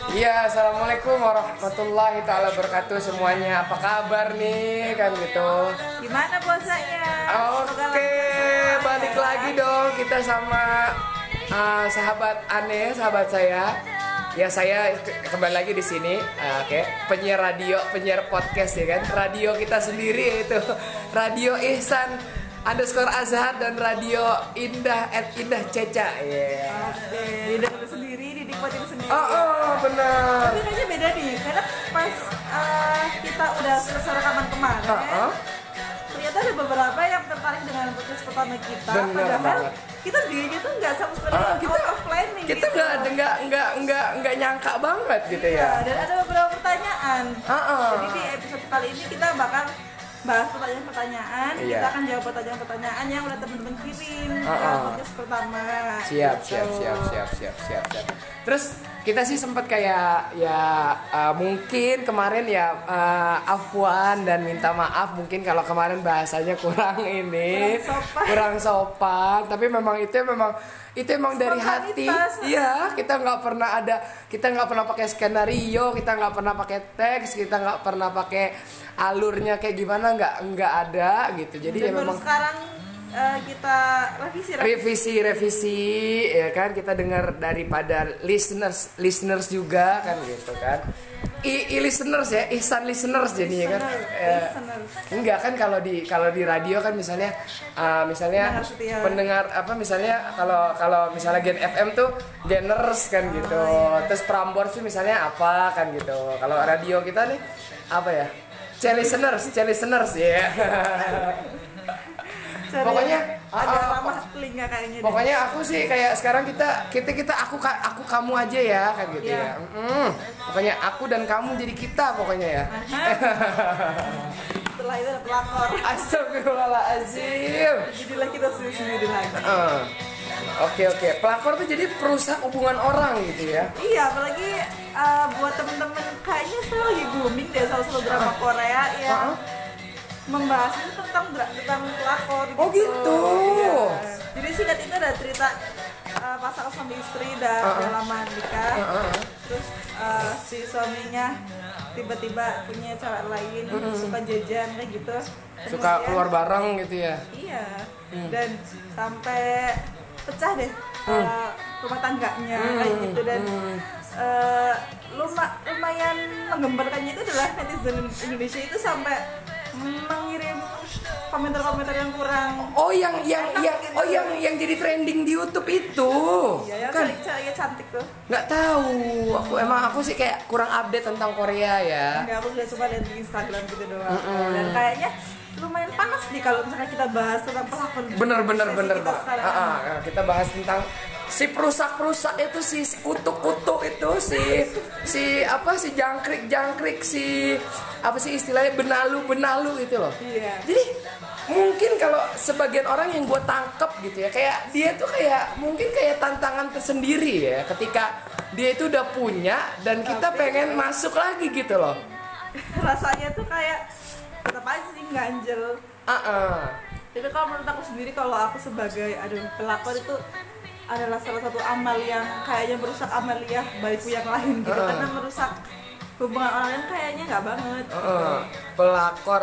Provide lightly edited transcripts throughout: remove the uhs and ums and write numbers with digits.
Iya, assalamualaikum warahmatullahi taala wabarakatuh semuanya. Apa kabar nih kan gitu? Gimana puasanya? Oke, balik lagi dong kita sama sahabat aneh, sahabat saya. Ya saya kembali lagi di sini. Oke, penyiar radio, penyiar podcast ya kan. Radio kita sendiri yaitu Radio Ihsan _Azhar dan Radio Indah @IndahCeca. Yeah. Didik sendiri, dinikmatin sendiri. Oh, benar. Tapi kayaknya beda nih, karena pas kita udah selesai rekaman kemarin, ternyata ada beberapa yang tertarik dengan podcast pertama kita. Bener padahal banget. Kita dirinya tuh nggak sama sekali kita out of planning. Kita gitu. nggak nyangka banget gitu ya. Dan ada beberapa pertanyaan. Jadi di episode kali ini kita bakal bahas pertanyaan-pertanyaan. Iya. Kita akan jawab pertanyaan-pertanyaan yang udah teman-teman kirim di podcast pertama. Siap. Gitu. Terus kita sih sempat kayak mungkin kemarin afwan dan minta maaf mungkin kalau kemarin bahasanya kurang kurang sopan. Tapi memang itu emang dari hati. Iya, kita nggak pernah pakai skenario, kita nggak pernah pakai teks, kita nggak pernah pakai alurnya kayak gimana, nggak ada gitu. Jadi dan ya memang sekarang kita revisi ya kan, kita dengar daripada listeners juga kan gitu kan. Listeners ya, Ihsan listeners jadinya kan. Enggak kan kalau di radio kan misalnya pendengar apa misalnya kalau misalnya Gen FM tuh Geners kan gitu. Terus Prambors tuh misalnya apa kan gitu. Kalau radio kita nih apa ya? C-listeners ya. Pokoknya agak ramah telinga kayaknya. Pokoknya aku sih kayak sekarang kita aku kamu aja ya kan gitu ya. Pokoknya aku dan kamu jadi kita pokoknya ya. Setelah itu ada pelakor. Astagfirullahaladzim. Jadilah kita sendiri lagi. Oke. Pelakor tuh jadi perusak hubungan orang gitu ya. Iya, apalagi buat temen-temen kayaknya saya lagi booming deh soal drama Korea ya. Membahas itu tentang pelakor gitu. Oh gitu. Iya. Jadi singkat itu ada cerita pasangan suami istri udah lama nikah. Terus si suaminya tiba-tiba punya cewek lain, suka jajan kayak gitu. Suka keluar bareng gitu ya. Iya. Dan sampai pecah deh rumah tangganya kayak gitu. Dan lumayan menggemparkannya itu adalah netizen Indonesia itu sampai mengirim komentar-komentar yang kurang. Yang jadi trending di YouTube itu. Iya, kan ceweknya cantik tuh. Nggak tahu. Aku sih kayak kurang update tentang Korea ya. Enggak, aku udah cuma lihat di Instagram gitu doang. Dan kayaknya lumayan panas nih kalau misalnya kita bahas tentang pelakon. Bener. Kita bahas tentang si perusak itu, si kutuk itu, si jangkrik, si apa sih istilahnya, benalu itu loh. Iya. Jadi mungkin kalau sebagian orang yang gue tangkep gitu ya, kayak dia tuh mungkin kayak tantangan tersendiri ya, ketika dia itu udah punya dan kita pengen masuk lagi gitu loh. Rasanya tuh kayak tetap aja sih ganjel. Tapi kalau menurut aku sendiri, kalau aku sebagai pelakor itu adalah salah satu amal yang kayaknya merusak amaliah baikku yang lain gitu. Karena merusak hubungan orang lain kayaknya nggak banget. Pelakor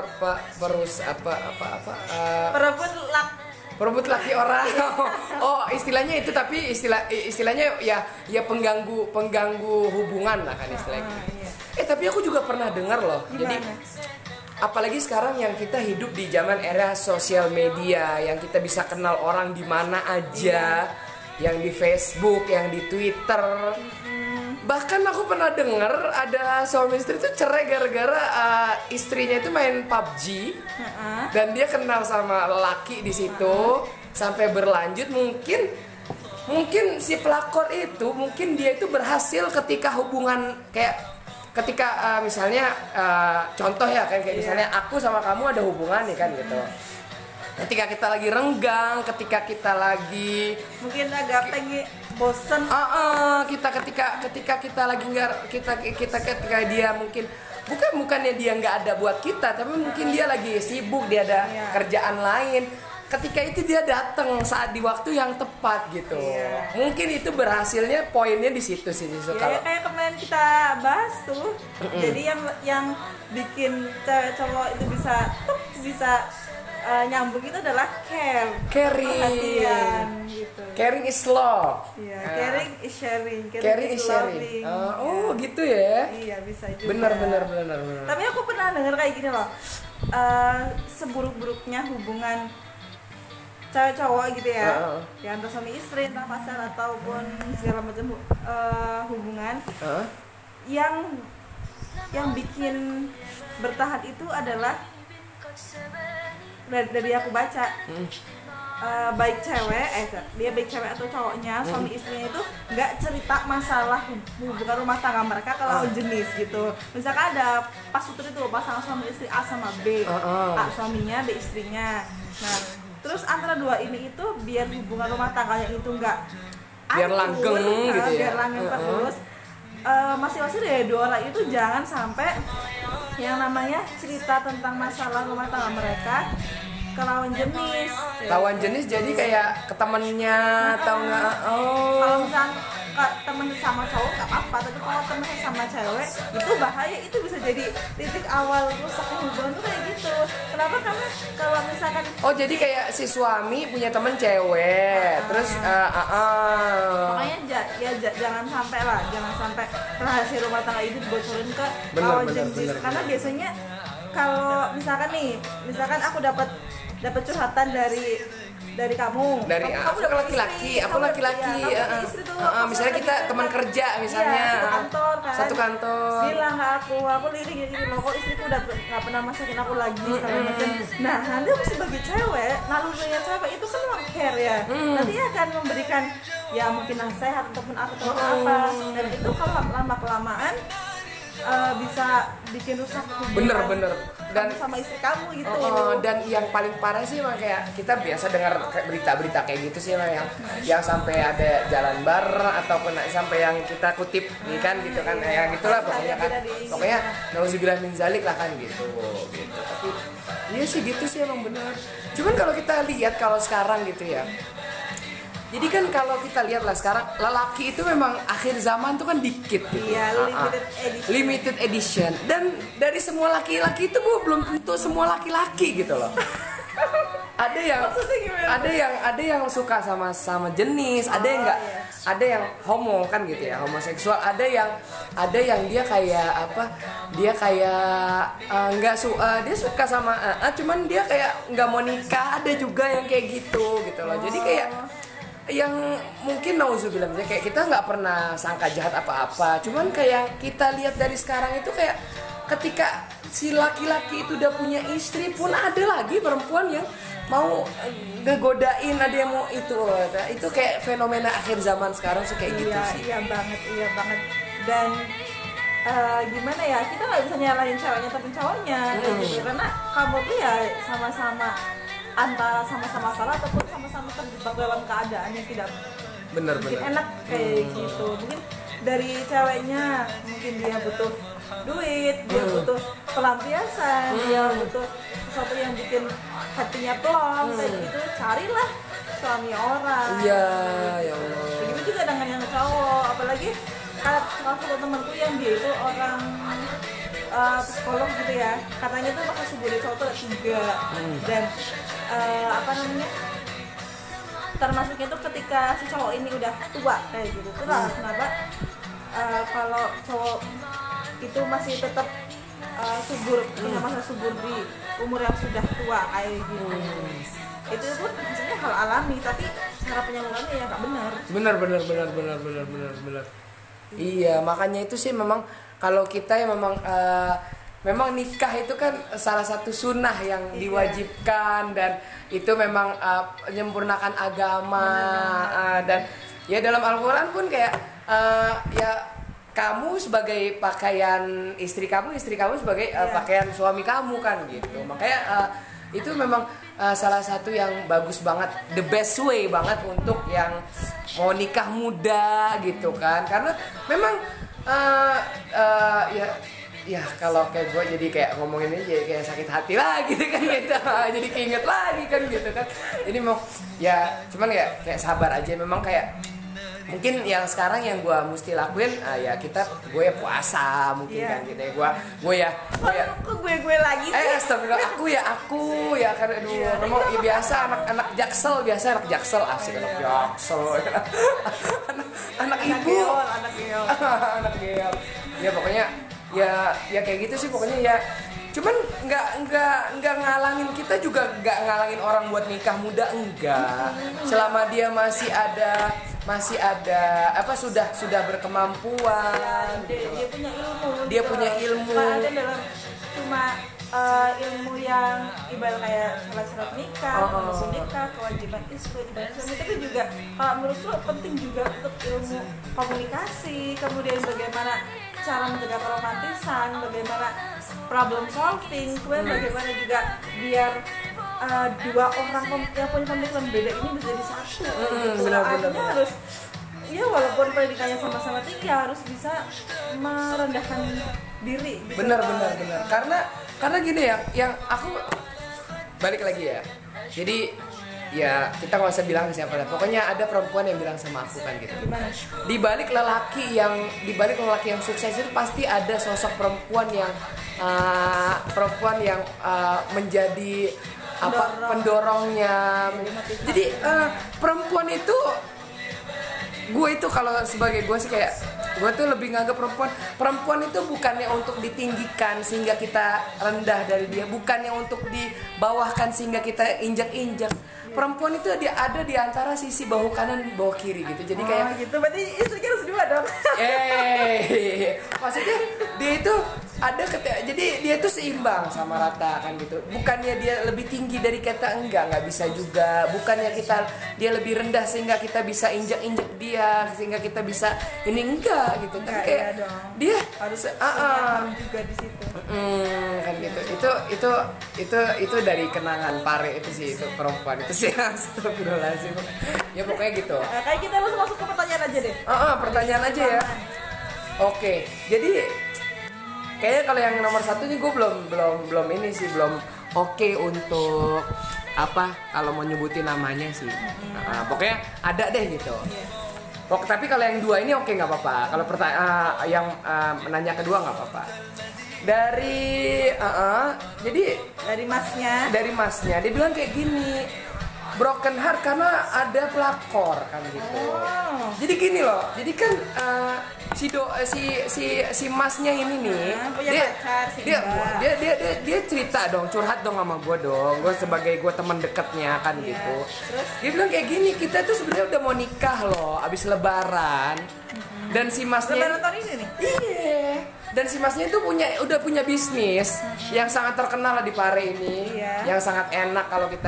perebut laki orang. Istilahnya itu, tapi istilahnya ya pengganggu hubungan lah kan istilahnya. Iya. Tapi aku juga pernah dengar loh. Gimana? Jadi apalagi sekarang yang kita hidup di zaman era sosial media, yang kita bisa kenal orang di mana aja, yang di Facebook, yang di Twitter. Bahkan aku pernah dengar ada suami istri itu cerai gara-gara istrinya itu main PUBG dan dia kenal sama laki di situ sampai berlanjut. Mungkin si pelakor itu dia itu berhasil ketika hubungan ketika misalnya contoh ya kayak misalnya aku sama kamu ada hubungan nih kan gitu. Ketika kita lagi renggang, ketika kita lagi mungkin agak pengen bosen. Ketika kita lagi ketika dia mungkin bukannya dia nggak ada buat kita, tapi mungkin dia lagi sibuk, dia ada kerjaan lain. ketika itu dia datang saat di waktu yang tepat gitu. Iya. Mungkin itu berhasilnya poinnya di situ sih. Iya, kayak kemarin kemarin kita bahas tuh. Jadi yang bikin cewek cowok itu bisa nyambung itu adalah perhatian gitu. Caring is love. Iya, caring is sharing. Caring is sharing. Oh, gitu ya. Iya, bisa juga. Benar. Tapi aku pernah dengar kayak gini loh. Seburuk-buruknya hubungan cewek cowok gitu ya. Ya antara suami istri, entah pacar ataupun segala macam hubungan. Yang bikin bertahan itu adalah dari aku baca baik cewek dia baik cewek atau cowoknya suami istrinya itu nggak cerita masalah hubungan rumah tangga mereka kalau jenis gitu. Misalkan ada pas itu pasangan suami istri A sama B, A suaminya, B istrinya. Nah terus antara dua ini itu biar hubungan rumah tangganya itu nggak biar langgeng gitu ya, biar langgeng terus masing-masing dari dua orang itu jangan sampai yang namanya cerita tentang masalah rumah tangga mereka ke lawan jenis. Lawan jenis jadi kayak ke temennya atau enggak? Kalau misalnya temen sama cowok nggak apa-apa, tapi kalau temen sama cewek itu bahaya, itu bisa jadi titik awal rusaknya hubungan tuh kayak gitu. Kenapa? Karena kalau misalkan jadi kayak si suami punya temen cewek, terus makanya jangan sampai rahasia rumah tangga itu dibocorin ke lawan jenis. Karena biasanya kalau misalkan aku dapat curhatan dari kamu aku laki-laki, misalnya kita teman kerja misalnya, satu kantor bilang ke aku lirik gini loh, kok istriku udah nggak pernah masakin aku lagi segala macam. Nah nanti aku sebagai cewek, nalurinya cewek itu kan long care ya, nanti akan memberikan ya mungkin nasihat ataupun apa, dan itu kalau lama kelamaan bisa bikin rusak hubungan bener dan sama istri kamu gitu. Dan yang paling parah sih emang kayak kita biasa dengar berita-berita kayak gitu sih emang yang sampai ada jalan bareng ataupun sampai yang kita kutip nih kan gitu kan, ya gitulah pokoknya nauzubillah min zalik lah kan gitu. Tapi iya sih gitu sih emang benar. Cuman kalau kita lihat kalau sekarang gitu ya, jadi kan kalau kita lihat lah sekarang lelaki itu memang akhir zaman tuh kan dikit gitu. Iya, limited edition. Dan dari semua laki-laki itu belum tentu semua laki-laki gitu loh. ada yang suka sama jenis, ada yang enggak, ada yang homo kan gitu ya, homoseksual, ada yang dia kayak apa? Dia kayak dia suka sama cuman dia kayak nggak mau nikah, ada juga yang kayak gitu loh. Jadi kayak yang mungkin nauzubillah misalnya kayak kita nggak pernah sangka jahat apa-apa, cuman kayak kita lihat dari sekarang itu kayak ketika si laki-laki itu udah punya istri pun ada lagi perempuan yang mau ngegodain, ada yang mau itu kayak fenomena akhir zaman sekarang sih kayak gitu sih. Iya banget dan gimana ya, kita nggak bisa nyalahin ceweknya tapi cowoknya gitu, karena kamu tuh ya sama-sama antara sama-sama salah ataupun sama-sama terjebak dalam keadaan yang tidak benar enak kayak gitu. Mungkin dari ceweknya mungkin dia butuh duit, dia butuh pelampiasan, dia butuh sesuatu yang bikin hatinya plong kayak gitu, carilah suami orang. Iya, ya Allah. Begitu juga dengan yang cowok, apalagi salah satu temanku yang dia itu orang psikolog gitu ya, katanya tuh masa subur cowok tuh ada 3 dan termasuknya tuh ketika si cowok ini udah tua kayak gitu. Itulah kenapa kalau cowok itu masih tetap subur, punya masa subur di umur yang sudah tua kayak gitu. Itu pun maksudnya hal alami, tapi cara penyalurannya ya nggak benar. Iya, makanya itu sih memang kalau kita ya memang nikah itu kan salah satu sunnah yang diwajibkan, dan itu memang menyempurnakan agama, dan ya dalam Al-Quran pun kayak ya kamu sebagai pakaian istri kamu sebagai pakaian suami kamu kan gitu. Makanya itu memang salah satu yang bagus banget, the best way banget untuk yang mau nikah muda gitu kan, karena memang ya kalau kayak gue jadi kayak ngomongin ini jadi kayak sakit hati lagi gitu kan gitu. Jadi keinget lagi kan gitu kan. Ini mau ya cuman ya kayak sabar aja, memang kayak Mungkin yang sekarang yang gue mesti lakuin ya gue ya puasa mungkin kan gitu ya gue ya kok gue lagi sih astagfirullah aku ya karena memang ya biasa anak jaksel anak jaksel anak ibu anak geol ya pokoknya ya kayak gitu sih pokoknya ya. Cuman nggak ngalangin kita juga nggak ngalangin orang buat nikah muda enggak. Selama dia masih ada sudah berkemampuan. Dia punya ilmu. Ada dalam cuma ilmu yang ibarat kayak syarat nikah, nikah, kewajiban istri, kewajiban suami, tapi juga kalau menurutku penting juga untuk ilmu komunikasi, kemudian bagaimana cara menjaga keromantisan, bagaimana problem solving, kemudian bagaimana juga biar dua orang yang punya pemikiran beda ini bisa jadi satu. Artinya harus ya walaupun pendidikannya sama-sama tinggi harus bisa merendahkan diri. Gitu. Benar. Karena gini ya, yang aku balik lagi ya. Jadi ya kita nggak usah bilang siapa lah. Pokoknya ada perempuan yang bilang sama aku kan gitu. Gimana? Di balik lelaki yang sukses itu pasti ada sosok perempuan yang menjadi pendorongnya. Jadi perempuan itu gue itu kalau sebagai gue sih kayak gue tuh lebih nganggap perempuan itu bukannya untuk ditinggikan sehingga kita rendah dari dia, bukannya untuk dibawahkan sehingga kita injak-injak. Perempuan itu dia ada di antara sisi bahu kanan bahu kiri gitu. Jadi kayak gitu berarti istrinya harus dua dong. Maksudnya dia itu ada jadi dia itu seimbang sama rata kan gitu. Bukannya dia lebih tinggi dari kita, enggak bisa juga. Bukannya dia lebih rendah sehingga kita bisa injak-injak dia, sehingga kita bisa ini enggak gitu. Tapi kayak dia harus punya juga di situ. Kan gitu. Itu dari kenangan Pare itu sih, itu perempuan itu sih. Astagfirullahaladzim. Ya pokoknya gitu. Kayak kita langsung masuk ke pertanyaan aja deh. Pertanyaan aja ya. Oke. Jadi kayaknya kalau yang nomor 1 nih gue belum ini sih belum oke untuk kalau mau nyebutin namanya sih. Pokoknya ada deh gitu. Tapi kalau yang 2 ini oke nggak apa-apa. Kalau yang menanya kedua nggak apa-apa. Jadi dari masnya dia bilang kayak gini, broken heart karena ada pelakor kan gitu. Jadi gini loh, jadi kan si masnya ini nih, dia cerita dong, curhat dong sama gue dong, gue sebagai teman dekatnya kan gitu. Dia bilang kayak gini, kita tuh sebenarnya udah mau nikah loh, abis lebaran, dan si masnya lebaran tahun ini nih. Iya. Dan si masnya itu udah punya bisnis yang sangat terkenal lah di Pare ini, yang sangat enak kalau kita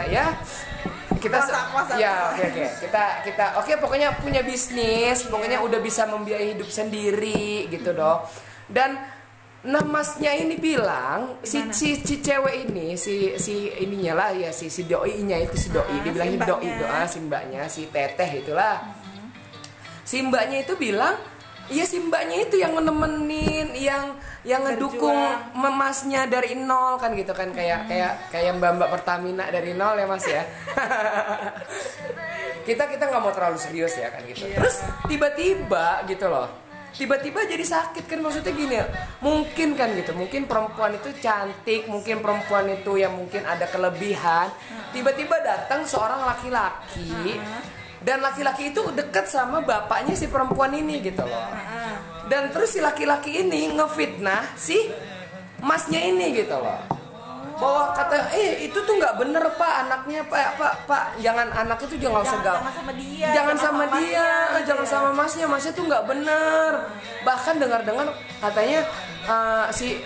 pokoknya punya bisnis, pokoknya udah bisa membiayai hidup sendiri gitu dong. Dan masnya ini bilang si cewek ini si ininya lah ya si doi-nya itu si doi, dibilangin doi si mbaknya si teteh itulah. Si mbaknya itu bilang iya si mbaknya itu yang nemenin, yang ngedukung masnya dari nol kan gitu kan, kayak mbak Pertamina dari nol ya mas ya. kita nggak mau terlalu serius ya kan gitu. Terus tiba-tiba gitu loh, tiba-tiba jadi sakit kan, maksudnya gini, mungkin kan gitu, mungkin perempuan itu cantik, mungkin perempuan itu yang mungkin ada kelebihan, tiba-tiba datang seorang laki-laki. Dan laki-laki itu deket sama bapaknya si perempuan ini gitu loh. Dan terus si laki-laki ini ngefitnah si masnya ini gitu loh. Bahwa kata itu tuh nggak bener pak, anaknya pak jangan, anak itu jangan usah jangan sama dia, jangan sama masnya tuh nggak bener. Bahkan dengar katanya si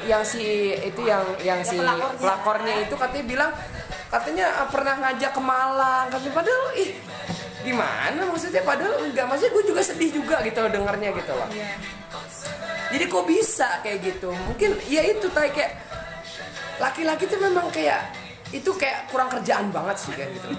pelakornya itu katanya bilang pernah ngajak ke Malang, katanya padahal gimana maksudnya, padahal enggak, maksudnya gue juga sedih juga gitu loh dengarnya gitu loh. Jadi kok bisa kayak gitu, mungkin ya itu kayak laki-laki tuh memang kayak itu kayak kurang kerjaan banget sih kan gitu.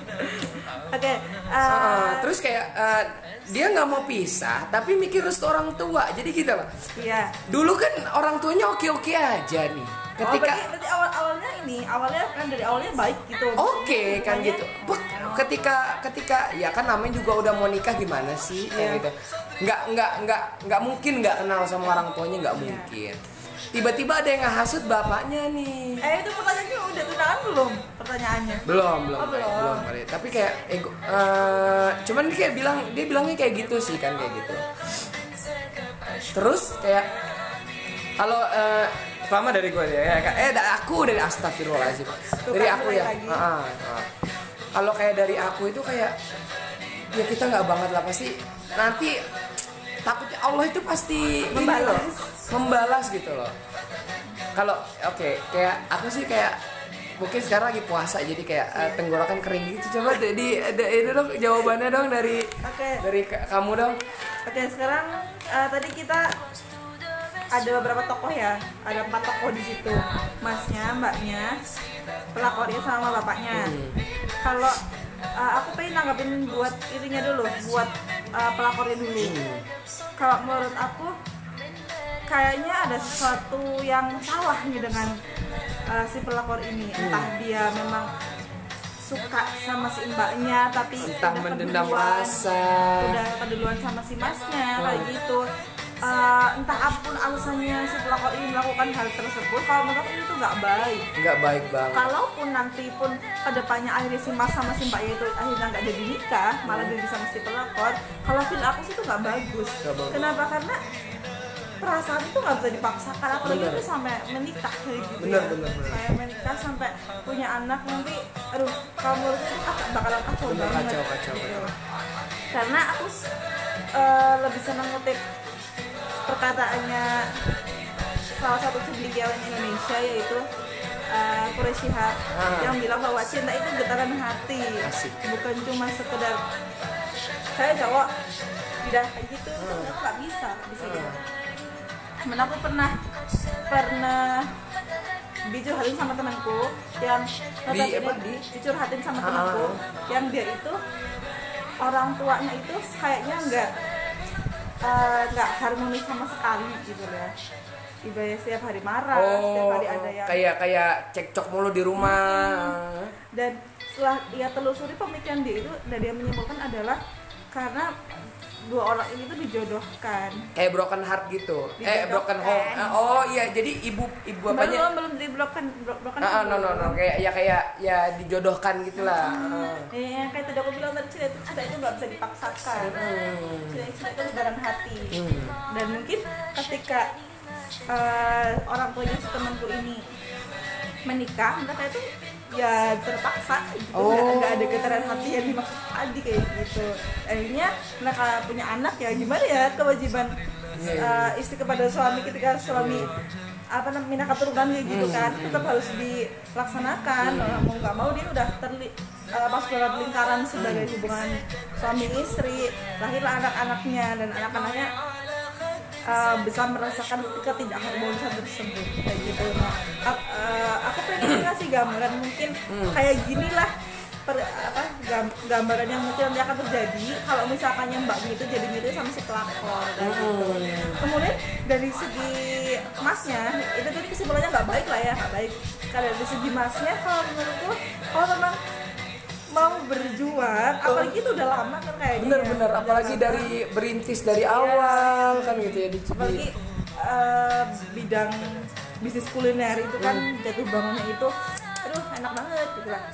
Terus kayak dia nggak mau pisah tapi mikir restu orang tua, jadi gitu loh. Dulu kan orang tuanya oke aja nih. Ketika berarti awalnya kan dari awalnya baik gitu. Oke kan gitu. ketika ya kan namanya juga udah mau nikah gimana sih kayak gitu. Nggak mungkin nggak kenal sama orang tuanya, nggak mungkin. Tiba-tiba ada yang ngehasut bapaknya nih. Itu pertanyaannya udah tunangan belum? Pertanyaannya. Belum. Belum. Tapi kayak cuman dia bilangnya kayak gitu sih kan, kayak gitu. Terus kayak kalau pertama dari gue ya, dari astagfirullahaladzim. Dari aku ya. Kalau kayak dari aku itu kayak ya kita nggak banget lah, pasti nanti takutnya Allah itu pasti membalas gitu loh. Kalau kayak aku sih kayak mungkin sekarang lagi puasa jadi kayak tenggorokan kering gitu. Coba ini dong jawabannya dong dari kamu dong. Sekarang tadi kita ada beberapa tokoh ya, ada 4 tokoh di situ, masnya, mbaknya, pelakornya sama bapaknya. Kalau aku pengen nanggapin buat ininya dulu, buat pelakornya dulu. Kalau menurut aku kayaknya ada sesuatu yang salah nih dengan si pelakor ini. Entah dia memang suka sama si mbaknya tapi entah mendendam rasa, udah keduluan sama si masnya kayak gitu. Entah apapun alasannya si pelakor ini melakukan hal tersebut, kalau menurut aku itu nggak baik banget. Kalaupun nanti pun kedepannya akhirnya si mas sama si mbaknya itu akhirnya nggak jadi nikah, malah jadi sama si pelakor, kalau feel aku sih itu nggak bagus. Kenapa? Karena perasaan itu nggak bisa dipaksakan, apalagi itu sampai menikah kayak gitu. Bener. Kayak menikah sampai punya anak nanti, kamu itu bakalan kacau banget. Kacau. Karena aku lebih senang ngutip perkataannya salah satu cendekiawan Indonesia, yaitu Quraish Shihab, yang bilang bahwa cinta itu getaran hati. Asik. Bukan cuma sekedar saya cowok tidak kayak gitu, nggak bisa gitu. Aku pernah dicurhatin sama temanku yang dicurhatin sama temanku yang dia itu orang tuanya itu kayaknya nggak harmonis sama sekali gitu ya. Ibaratnya setiap hari marah, setiap hari ada yang kayak cekcok mulu di rumah. Dan setelah ia telusuri pemikiran dia itu, dan dia menyimpulkan adalah karena dua orang ini tuh dijodohkan. Kayak broken heart gitu. Broken home. Iya, jadi ibu bapaknya belum di broken no. Kayak dijodohkan gitulah. Kayak tadi aku bilang tadi, cinta itu nggak bisa dipaksakan. Cinta itu lebaran hati. Dan mungkin ketika orang tuanya si temanku ini menikah, mereka itu ya terpaksa gitu, nggak ada getaran hati yang dimaksud tadi kayak gitu. Akhirnya mereka punya anak, ya gimana ya kewajiban istri kepada suami ketika suami minta keturunan kayak gitu kan, tetap harus dilaksanakan. Mau nggak mau dia udah masuk dalam lingkaran sebagai hubungan suami istri, lahirlah anak-anaknya, dan anak-anaknya bisa merasakan ketidakharmonisan tersebut kayak gitu. Aku pengen ngasih gambaran mungkin kayak gini lah, gambaran yang mungkin nanti akan terjadi kalau misalkan yang mbaknya itu jadi mirip sama si pelakor kayak gitu. Kemudian dari segi masnya itu tadi kesimpulannya nggak baik lah ya, nggak baik. Kalau dari segi masnya, kalau menurutku kalau memang mau berjuang, apalagi itu udah lama kan kayaknya. Bener, apalagi dari berintis dari awal kan gitu ya apalagi bidang bisnis kuliner itu kan jatuh bangunnya itu, enak banget gitu lah.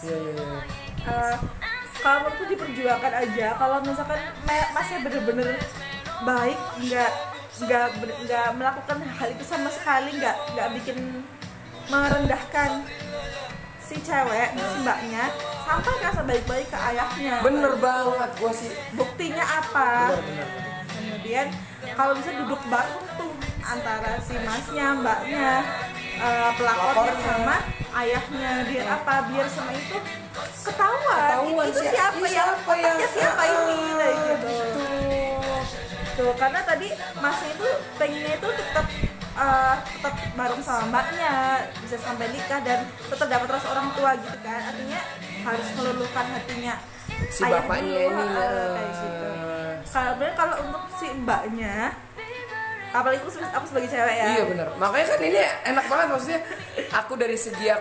Kalau menurutku diperjuangkan aja. Kalau misalkan masnya bener-bener baik, nggak melakukan hal itu sama sekali, nggak bikin merendahkan si cewek, si mbaknya, sampai rasa baik-baik ke ayahnya. Bener banget, gua sih. Buktinya apa? Bener. Kemudian kalau bisa duduk bareng tuh antara si masnya, mbaknya, pelakornya sama ayahnya, biar apa? Biar semua itu ketahuan itu siapa ini kayak gitu. Tuh, karena tadi masnya itu pengennya itu tetap bareng sama mbaknya, bisa sampai nikah dan tetap dapat rasa orang tua gitu kan. Artinya harus meluluhkan hatinya si bapaknya ini kayak gitu. Kalau untuk si mbaknya, apalagi aku sebagai cewek ya. Iya benar, makanya kan ini enak banget, maksudnya aku dari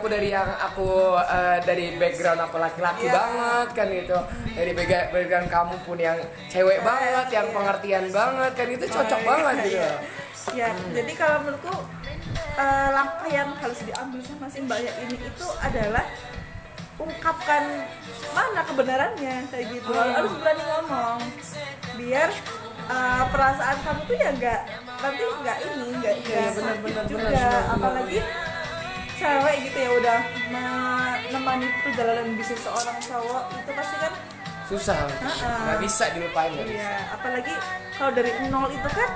background aku laki-laki banget kan gitu, dari background kamu pun yang cewek banget, yang pengertian banget kan, itu cocok banget gitu. Ya, jadi kalau menurutku langkah yang harus diambil sama si mbaknya ini itu adalah ungkapkan mana kebenarannya kayak gitu. Harus berani ngomong biar perasaan kamu tuh ya nggak sakit juga. Apalagi cewek gitu ya udah menemani perjalanan bisnis seorang cowok itu pasti kan susah, nggak bisa dilupain ya. Iya, apalagi kalau dari nol itu kan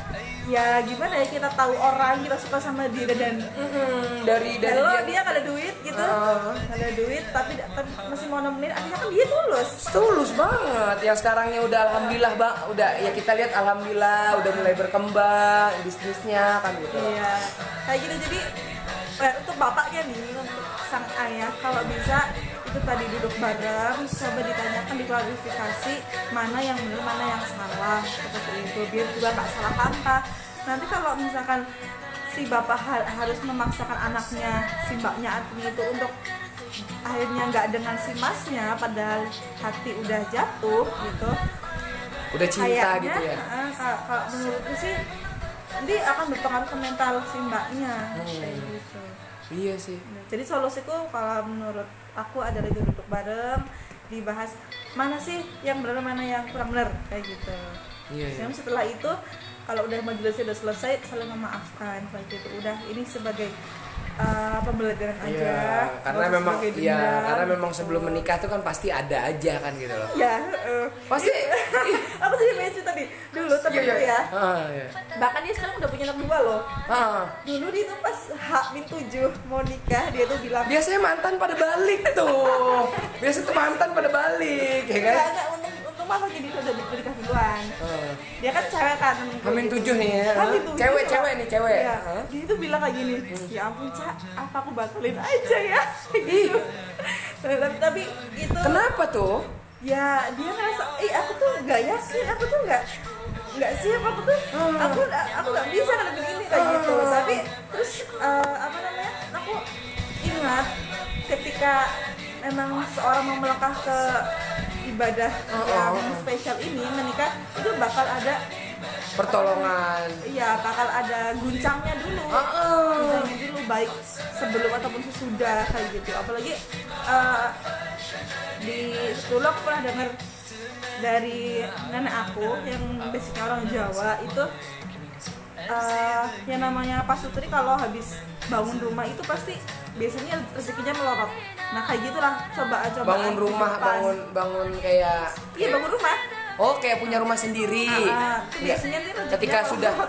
ya gimana ya, kita tahu orang, kita suka sama dia dan dari dia nggak ada duit gitu, nggak ada duit tapi masih mau nemenin, akhirnya kan dia tulus banget. Yang sekarangnya udah alhamdulillah bang, udah ya kita lihat alhamdulillah udah mulai berkembang bisnisnya kan gitu. Iya, kayak gitu. Jadi untuk bapaknya nih, untuk sang ayah, kalau bisa itu tadi duduk bareng, coba ditanyakan, diklarifikasi mana yang benar mana yang salah seperti itu, biar juga nggak salah langkah. Nanti kalau misalkan si bapak harus memaksakan anaknya, si mbaknya artinya itu untuk akhirnya nggak dengan si masnya, padahal hati udah jatuh gitu, udah cinta kayaknya, gitu ya. Kalau menurutku sih nanti akan berpengaruh ke mental si mbaknya kayak gitu. Iya sih. Jadi solusiku kalau menurut aku adalah duduk bareng, dibahas mana sih yang benar mana yang kurang benar kayak gitu. Iya. Setelah itu kalau udah majelisnya udah selesai, saling memaafkan kayak gitu. Udah, ini sebagai pembelajaran aja. Karena memang sebelum menikah tuh kan pasti ada aja kan gitu loh. Ya, pasti. Aku jadi mention tadi dulu temenku ya. Bahkan dia sekarang udah punya anak 2 loh. Dulu dia tuh pas H-7 mau nikah, dia tuh bilang biasanya mantan pada balik tuh. Biasa tuh mantan pada balik, ya kan? Enggak, untung malah jadi udah nikah duluan. Dia kan cewek kan. H-7 nih ya. Cewek nih. Ya. Dia tuh bilang kayak gini, ya ampun Ca, apa aku batalin aja ya? Gitu. Tapi itu kenapa tuh? Ya dia ngerasa, aku tuh nggak yakin, aku tuh nggak siap, aku tuh aku nggak bisa kan begini kayak gitu. Tapi terus aku ingat ketika memang seorang mau melangkah ke ibadah yang spesial ini, menikah, itu bakal ada pertolongan. Iya, bakal ada guncangnya dulu. Guncangnya dulu, baik sebelum ataupun sesudah kayak gitu. Apalagi dulu aku pernah dengar dari nenek aku yang basicnya orang Jawa itu, yang namanya pasutri kalau habis bangun rumah itu pasti biasanya rezekinya melorot. Nah kayak gitulah, coba bangun rumah, bangun kayak bangun rumah. Oh, kayak punya rumah sendiri. Biasanya ketika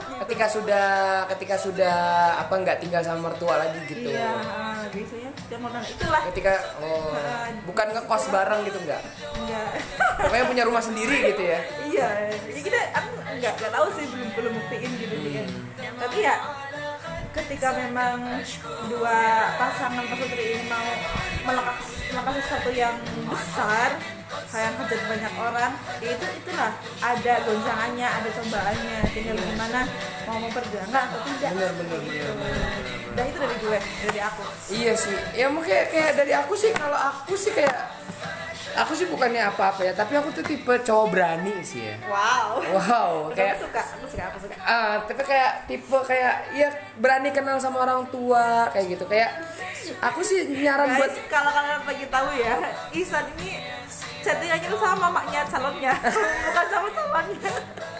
sudah apa nggak tinggal sama mertua lagi gitu. Iya, biasanya itulah. Ketika bukan ngekos bareng gitu enggak? Enggak. Pokoknya punya rumah sendiri gitu ya. Iya, aku enggak tahu sih, belum buktiin gitu sih. Tapi ya ketika memang dua pasangan pasutri ini mau melakukan sesuatu yang besar, kayak kerja banyak orang, itulah ada goncangannya, ada cobaannya, tinggal gimana mau memperjuangkan atau tidak. Bener. Dan itu dari aku. Iya sih, ya mungkin kayak dari aku sih, kalau aku sih bukannya apa-apa ya, tapi aku tuh tipe cowok berani sih ya. Wow, kayak aku suka. Tapi kayak tipe kayak ya berani kenal sama orang tua kayak gitu. Kayak aku sih nyaran buat kalau kalian lagi tahu ya, Ihsan ini chattingannya tuh sama mamanya calonnya, bukan sama calonnya.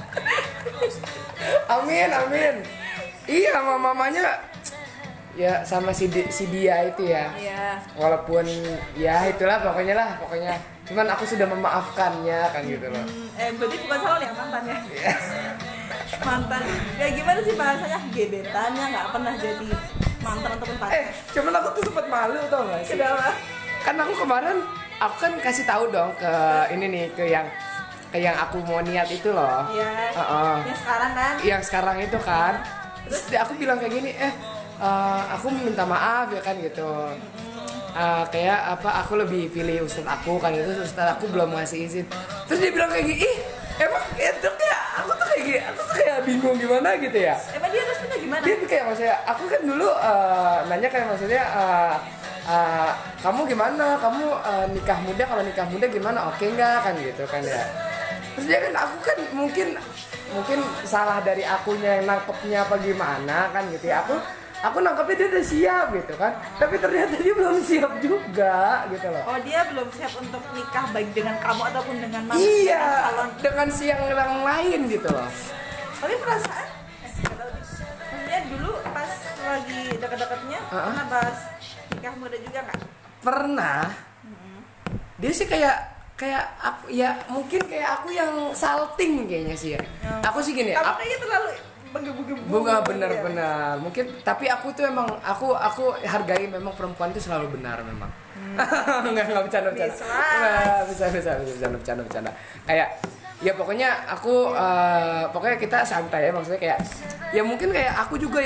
Amin. Iya, sama mamanya ya, sama si dia itu ya. Iya. Walaupun ya itulah pokoknya. Cuman aku sudah memaafkannya kan gitu loh. Berarti bukan calon ya, mantannya. Mantan. Ya gimana sih bahasanya? Gebetannya, nggak pernah jadi mantan ataupun pacar. Cuman aku tuh sempat malu tau gak sih? Kenapa? Kan aku kemarin kan kasih tahu dong ke ini nih, ke yang aku mau niat itu loh. Iya. Yang sekarang kan? Yang sekarang itu kan. Terus aku bilang kayak gini, aku minta maaf ya kan gitu. Kayak apa, aku lebih pilih ustadz aku kan gitu, ustadz aku belum ngasih izin. Terus dia bilang kayak gini, emang itu kayak aku tuh kayak bingung gimana gitu ya. Emang dia responnya gimana? Dia kayak maksudnya, aku kan dulu nanya kayak maksudnya kamu gimana? Kamu nikah muda, kalau nikah muda gimana? Oke nggak kan gitu kan ya. Terus dia kan aku kan mungkin salah dari akunya yang nangkepnya apa gimana kan gitu ya. Aku nangkepnya dia udah siap gitu kan. Tapi ternyata dia belum siap juga gitu loh. Oh, dia belum siap untuk nikah baik dengan kamu ataupun dengan Iya, calon dengan si yang lain gitu loh. tapi perasaan nggak tahu deh. Maksudnya dulu pas lagi dekat-dekatnya pernah bahas nikah muda juga nggak? Pernah. Dia sih kayak aku ya, mungkin kayak aku yang salting kayaknya sih ya. Aku sih gini, Kamu kayaknya terlalu menggebu-gebu. bunga benar-benar. Mungkin tapi aku tuh emang aku hargai memang perempuan itu selalu benar memang. Enggak bercanda. Bisa bercanda. Kayak ya pokoknya pokoknya kita santai ya, maksudnya kayak ya mungkin kayak aku juga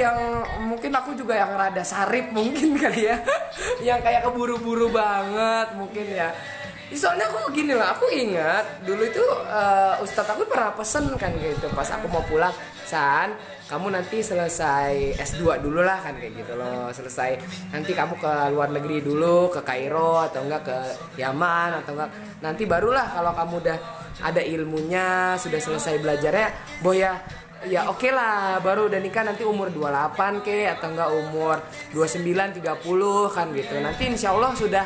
yang rada sarip mungkin kali ya. Yang kayak keburu-buru banget mungkin ya. Soalnya aku gini lah, aku ingat dulu itu ustadz aku pernah pesen kan gitu pas aku mau pulang, San, kamu nanti selesai S2 dulu lah kan kayak gitu loh, selesai nanti kamu ke luar negeri dulu, ke Kairo atau enggak ke Yaman atau enggak, nanti barulah kalau kamu udah ada ilmunya, sudah selesai belajarnya, boy ya oke lah, baru udah nikah nanti umur 28 atau enggak umur 29 30 kan gitu. Nanti insya Allah sudah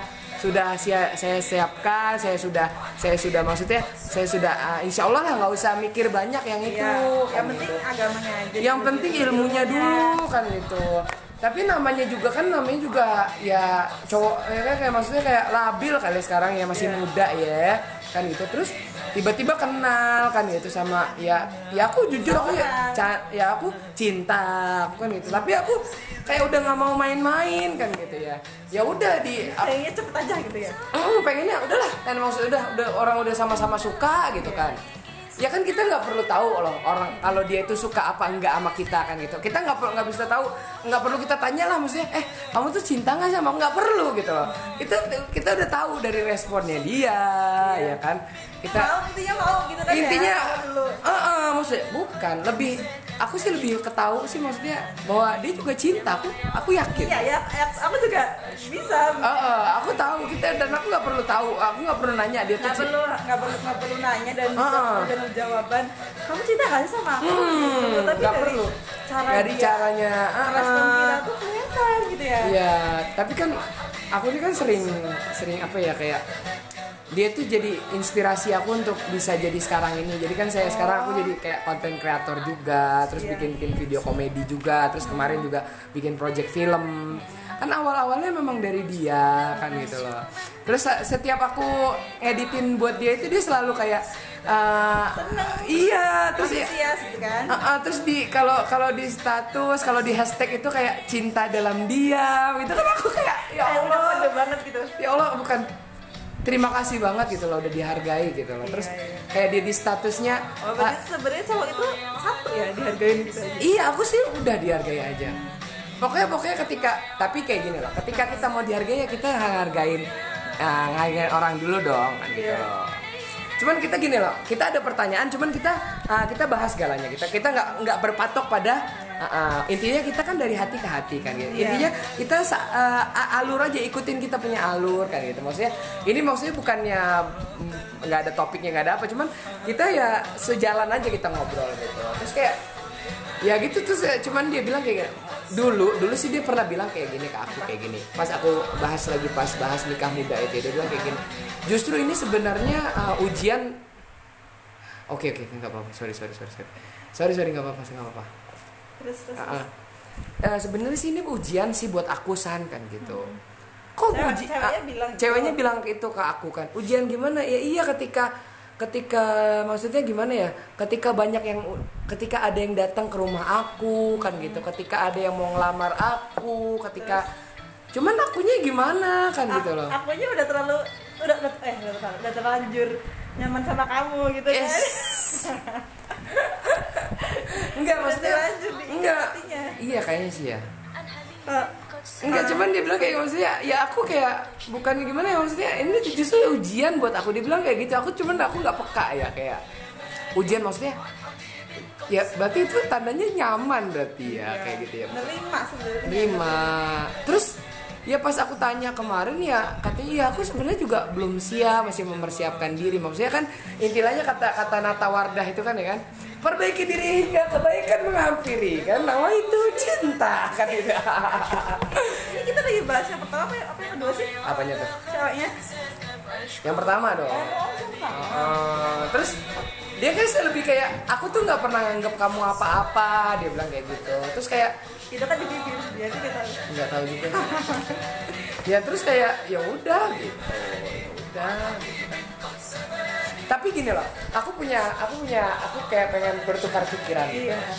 saya siapkan, saya sudah maksudnya saya sudah insya Allah lah nggak usah mikir banyak yang itu. Ya, kan yang penting gitu. agamanya aja. Yang penting ilmunya dulu kan gitu. Tapi namanya juga ya cowok ya, kayak maksudnya kayak labil kali sekarang ya, masih muda ya kan gitu. Terus tiba-tiba kenal kan gitu sama ya aku jujur aku ya aku cinta aku kan gitu. Tapi aku kayak udah nggak mau main-main kan gitu ya. Ya udah kayaknya cepet aja gitu ya. Pengennya udahlah kan, maksudnya udah orang udah sama-sama suka gitu kan. Ya kan kita nggak perlu tahu loh orang kalau dia itu suka apa enggak sama kita kan gitu. Kita nggak bisa tahu, nggak perlu kita tanya lah maksudnya kamu tuh cinta nggak sama, nggak perlu gitu loh. Kita udah tahu dari responnya dia ya kan. Kita intinya mau gitu kan intinya ya, maksudnya bukan aku sih lebih ketahu sih maksudnya bahwa dia juga cinta, aku yakin. Iya ya, aku juga bisa. Aku tahu kita, dan aku nggak perlu tahu, aku nggak perlu nanya dia tuh. Nggak perlu nanya dan dengan jawaban kamu cinta nggak sih sama aku? Tapi nggak perlu. Dari caranya, respon kita tuh kelihatan gitu ya. Iya, tapi kan aku ini kan sering apa ya kayak dia tuh jadi inspirasi aku untuk bisa jadi sekarang ini. Jadi kan sekarang aku jadi kayak content creator juga, terus bikin video komedi juga, terus kemarin juga bikin project film. Kan awalnya memang dari dia kan gitu loh. Terus setiap aku editin buat dia itu dia selalu kayak iya, terus gitu kan. Terus kalau di status, kalau di hashtag itu kayak cinta dalam diam. Itu kan aku kayak ya Allah, udah banget gitu. Ya Allah, bukan terima kasih banget gitu loh, udah dihargai gitu loh. Terus kayak dia di statusnya berarti sebenarnya cowok itu satu ya dihargain gitu aja. Iya, aku sih udah dihargai aja. Pokoknya tapi kayak gini loh, ketika kita mau dihargai ya kita hargain orang dulu dong kan gitu loh. Cuman kita gini loh, kita ada pertanyaan, cuman kita bahas segalanya. Kita nggak berpatok pada intinya kita kan dari hati ke hati kan gitu. Intinya kita alur aja, ikutin kita punya alur kan gitu. Maksudnya bukannya nggak ada topiknya, nggak ada apa, cuman kita ya sejalan aja kita ngobrol gitu. Terus kayak ya gitu, terus cuman dia bilang kayak gini. Dulu sih dia pernah bilang kayak gini ke aku, kayak gini. Pas aku bahas nikah muda itu, dia bilang kayak gini. Justru ini sebenarnya ujian. Oke, nggak apa-apa. Sorry, nggak apa-apa. Terus. Sebenarnya sih ini ujian sih buat aku, San, kan gitu. Kok ceweknya bilang itu ke aku kan. Ujian gimana? Ya iya, ketika maksudnya gimana ya? Ketika ada yang datang ke rumah aku kan gitu. Ketika ada yang mau ngelamar aku, cuman akunya gimana kan gitu loh. Akunya udah terlanjur nyaman sama kamu gitu kan. Enggak, maksudnya enggak. Iya kayaknya sih ya. Enggak, cuman dia bilang kayak maksudnya ya aku kayak bukan gimana ya, maksudnya ini justru ujian buat aku. Dia bilang kayak gitu, aku nggak peka ya, kayak ujian maksudnya ya berarti itu tandanya nyaman berarti ya, kayak gitu ya. Nerima sebenarnya. Nerima. Terus ya pas aku tanya kemarin ya katanya ya aku sebenarnya juga belum siap, masih mempersiapkan diri. Maksudnya kan intinya kata Nata Wardah itu kan ya kan, perbaiki diri hingga kebaikan menghampiri kan, nama itu cinta kan itu. Ini kita lagi bahas yang pertama apa yang kedua sih? Apanya tuh? Ceweknya. Yang pertama dong. Terus dia kan lebih kayak aku tuh nggak pernah nganggap kamu apa-apa, dia bilang kayak gitu. Terus kayak Kita kan di bibir, jadi kita nggak tahu juga. Ya terus kayak ya udah gitu, ya udah. Gitu. Tapi gini loh, aku kayak pengen bertukar pikiran. Gitu. iya.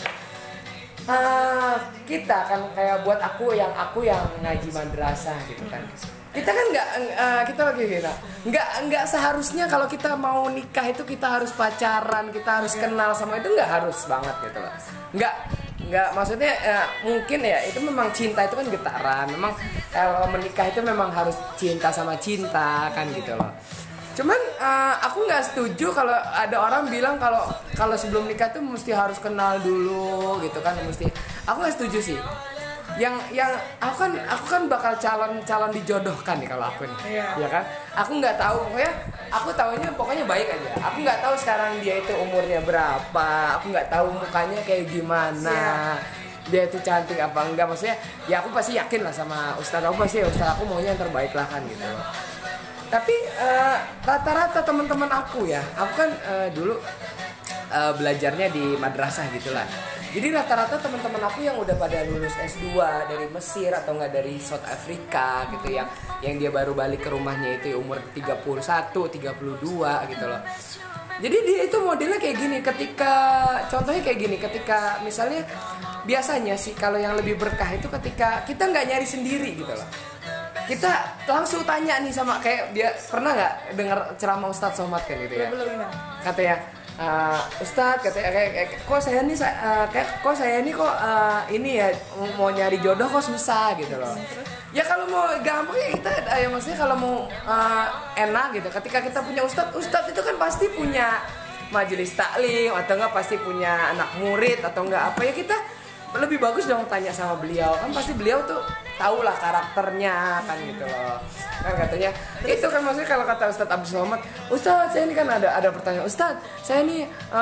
Kita kan kayak buat aku yang ngaji madrasah gitu kan. Kita kan kita lagi gitu. Nggak seharusnya kalau kita mau nikah itu kita harus pacaran, kita harus kenal sama itu, nggak harus banget gitu loh. Nggak maksudnya mungkin ya itu memang cinta itu kan getaran. Memang kalau menikah itu memang harus cinta sama cinta kan gitu loh. Cuman aku nggak setuju kalau ada orang bilang kalau sebelum nikah tuh mesti harus kenal dulu gitu kan, mesti. Aku nggak setuju sih. Yang aku kan bakal calon dijodohkan nih kalau aku nih. Iya. Ya kan? Aku nggak tahu, aku taunya pokoknya baik aja. Aku nggak tahu sekarang dia itu umurnya berapa. Aku nggak tahu mukanya kayak gimana. Dia itu cantik apa enggak, maksudnya ya aku pasti yakin lah sama ustadz aku maunya yang terbaik lah kan gitu. Tapi rata-rata teman-teman aku ya, aku kan dulu belajarnya di madrasah gitulah. Jadi rata-rata teman-teman aku yang udah pada lulus S2 dari Mesir atau enggak dari South Africa gitu, yang dia baru balik ke rumahnya itu umur 31, 32 gitu loh. Jadi dia itu modelnya kayak gini, contohnya kayak gini, ketika misalnya biasanya sih kalau yang lebih berkah itu ketika kita nggak nyari sendiri gitu loh. Kita langsung tanya nih sama, kayak dia pernah nggak dengar ceramah Ustadz Somad kan gitu ya? Belum. Katanya Ustadz katanya kayak kok saya ini ini ya mau nyari jodoh kok susah gitu loh. Ya kalau mau gampang ya kita ya maksudnya kalau mau enak gitu. Ketika kita punya ustadz itu kan pasti punya majelis taklim atau enggak pasti punya anak murid atau enggak apa ya, kita lebih bagus dong tanya sama beliau, kan pasti beliau tuh tahu lah karakternya kan gitu loh. Kan katanya itu kan maksudnya kalau kata Ustadz Abdul Somad, Ustadz saya ini kan ada pertanyaan, Ustadz saya ini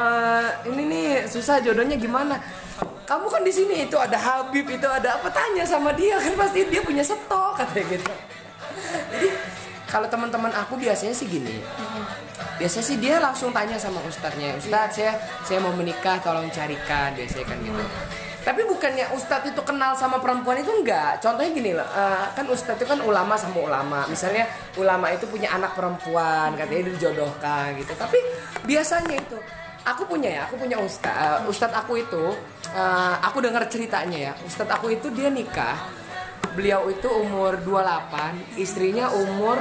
nih susah jodohnya gimana? Kamu kan di sini itu ada Habib, itu ada apa, tanya sama dia kan pasti dia punya stok katanya gitu. Jadi kalau teman-teman aku biasanya sih gini. Biasanya sih dia langsung tanya sama ustadznya, Ustadz saya mau menikah tolong carikan, biasanya kan gitu. Tapi bukannya ustadz itu kenal sama perempuan itu enggak. Contohnya gini loh, kan ustadz itu kan ulama sama ulama. Misalnya ulama itu punya anak perempuan, katanya dijodohkan gitu. Tapi biasanya itu aku punya ustadz aku itu, aku dengar ceritanya ya. Ustadz aku itu dia nikah, beliau itu umur 28, istrinya umur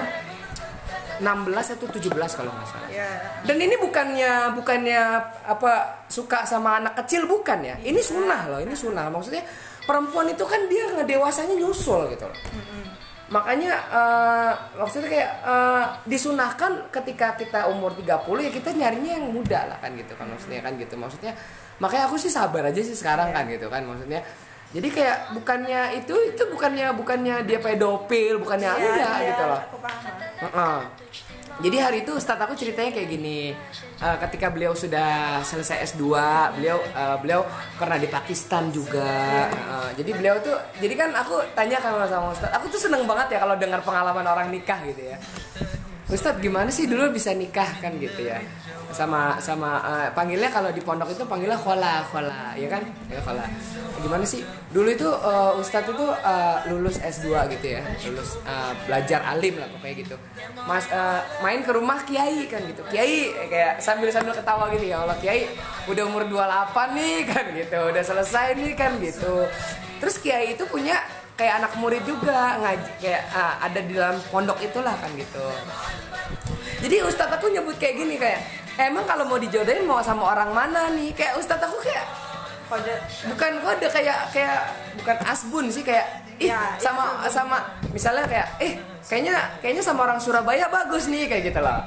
16 atau 17 kalau nggak salah. Dan ini bukannya apa suka sama anak kecil, bukan ya. Ini sunnah loh, ini sunnah. Maksudnya perempuan itu kan dia ngedewasanya nyusul gitu loh. Makanya maksudnya kayak disunahkan ketika kita umur 30 ya kita nyarinya yang muda lah kan gitu kan, maksudnya kan gitu. Maksudnya makanya aku sih sabar aja sih sekarang kan gitu kan, maksudnya. Jadi kayak bukannya itu bukannya dia pedofil, bukannya enggak gitu loh. Aku paham. Jadi hari itu ustadz aku ceritanya kayak gini, ketika beliau sudah selesai S2, beliau pernah di Pakistan juga. Jadi kan aku tanya sama ustadz, aku tuh seneng banget ya kalau dengar pengalaman orang nikah gitu ya. Ustadz gimana sih dulu bisa nikah kan gitu ya, sama panggilnya kalau di pondok itu panggilnya khola ya kan ya, khola. Gimana sih dulu itu ustadz itu lulus S2 gitu ya, lulus belajar alim lah pokoknya gitu, main ke rumah kiai kan gitu, kiai kayak sambil ketawa gitu, ya Allah kiai udah umur 28 nih kan gitu, udah selesai nih kan gitu. Terus kiai itu punya kayak anak murid juga ngaji, kayak ada di dalam pondok itulah kan gitu. Jadi ustadz aku nyebut kayak gini, kayak emang kalau mau dijodohin mau sama orang mana nih, kayak ustadz aku kayak bukan kode, kayak bukan asbun sih, kayak sama misalnya kayak kayaknya sama orang Surabaya bagus nih kayak gitu loh.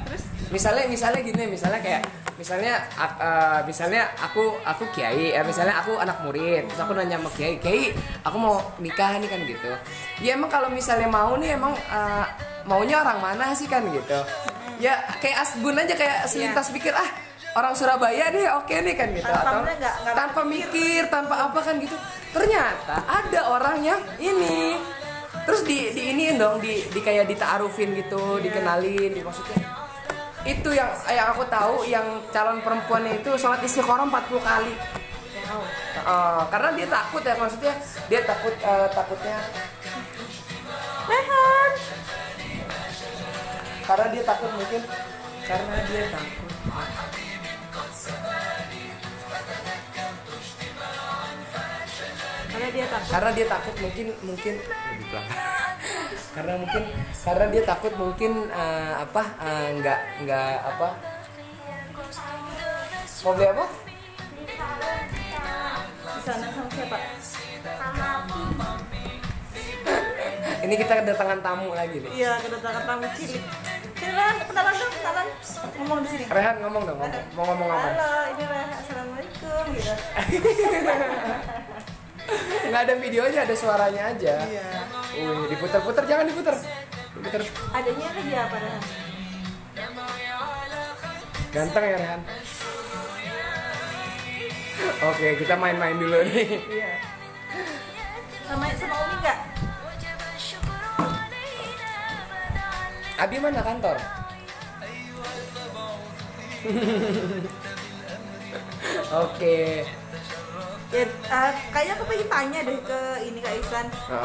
misalnya gini, misalnya aku kiai, misalnya aku anak murid, terus aku nanya sama kiai, aku mau nikah nih kan gitu. Ya emang kalau misalnya mau nih emang maunya orang mana sih kan gitu. Ya kayak asbun aja, kayak selintas pikir orang Surabaya nih oke nih kan gitu, atau tanpa mikir, tanpa apa kan gitu. Ternyata ada orang yang ini terus di iniin dong, di kayak ditaarufin gitu, dikenalin, maksudnya itu yang aku tahu, yang calon perempuannya itu sholat istiqoroh 40 kali. Karena dia takut ya, maksudnya dia takutnya Rehan. Karena dia takut mungkin karena dia takut mungkin lebih pelan. karena dia takut mungkin nggak apa, mau beli apa? Di sana sama siapa? Ini kita kedatangan tamu lagi nih. Iya, kedatangan tamu cilik. Rehan, kenalan dong, ngomong di sini. Rehan ngomong dong, mau ngomong apa? Halo, ini Rehan, assalamualaikum gitu. Nggak ada videonya, ada suaranya aja. Iya. Diputar-putar, jangan diputar. Adanya lagi apa Rehan? Ganteng ya Rehan. Oke, kita main-main dulu nih. Iya. Sama Umi nggak? Abi mana kantor? Oke. Ya, kayaknya aku pengen tanya deh ke ini Kak Ihsan.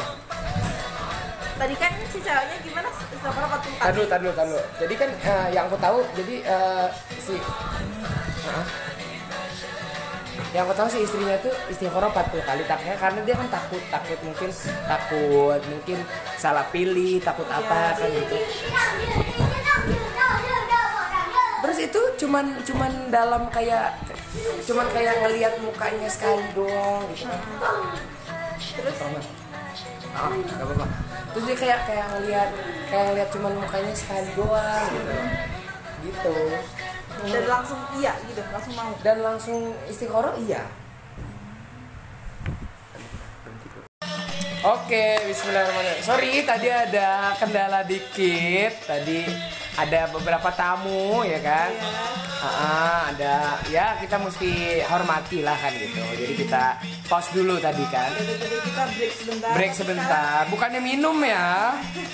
Tadi kan si ceweknya gimana? Istiqoroh 40 kali. Tadu. Jadi kan yang aku tahu, jadi yang aku tahu si istrinya tuh istiqoroh 40 kali, taknya karena dia kan takut mungkin salah pilih, takut apa kan gitu. Terus itu cuman dalam kayak ngelihat mukanya sekali doang gitu kan. Terus nggak apa-apa. Terus dia kayak ngelihat cuman mukanya sekali doang gitu. Dan langsung iya gitu, langsung mau. Dan langsung istiqoroh iya. Oke, bismillahirrahmanirrahim. Sorry, tadi ada kendala dikit. Tadi ada beberapa tamu ya kan. Ada ya, kita mesti hormati lah kan gitu. Jadi kita pause dulu tadi kan. Jadi kita break sebentar. Bukannya minum ya.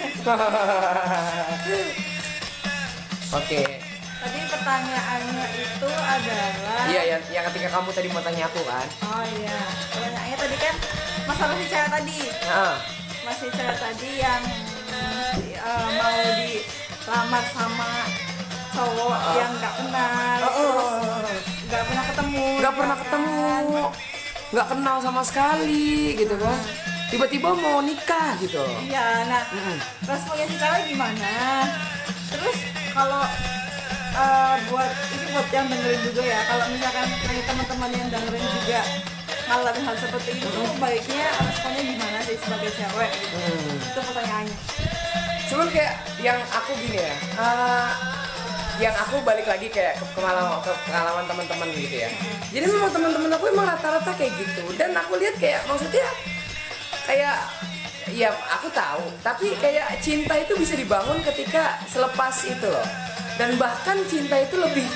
Oke. Tadi pertanyaannya itu adalah, iya, yang ketika kamu tadi mau tanya aku kan. Oh iya, pertanyaannya tadi kan masalah si cewek tadi. Masih cewek tadi yang mau dilamar sama cowok yang nggak kenal, nggak pernah ketemu, nggak kenal sama sekali gitu kan. Tiba-tiba mau nikah gitu. Iya, nah responnya si cewek gimana? Terus kalau buat yang dengerin juga ya, kalau misalkan teman-teman yang dengerin juga ngalamin hal seperti itu, baiknya responnya gimana sih sebagai cewek gitu. Itu pertanyaannya. Cuman kayak yang aku gini ya, yang aku balik lagi kayak ke pengalaman teman-teman gitu ya. Jadi memang teman-teman aku emang rata-rata kayak gitu, dan aku lihat kayak maksudnya kayak ya aku tahu, tapi kayak cinta itu bisa dibangun ketika selepas itu loh. Dan bahkan cinta itu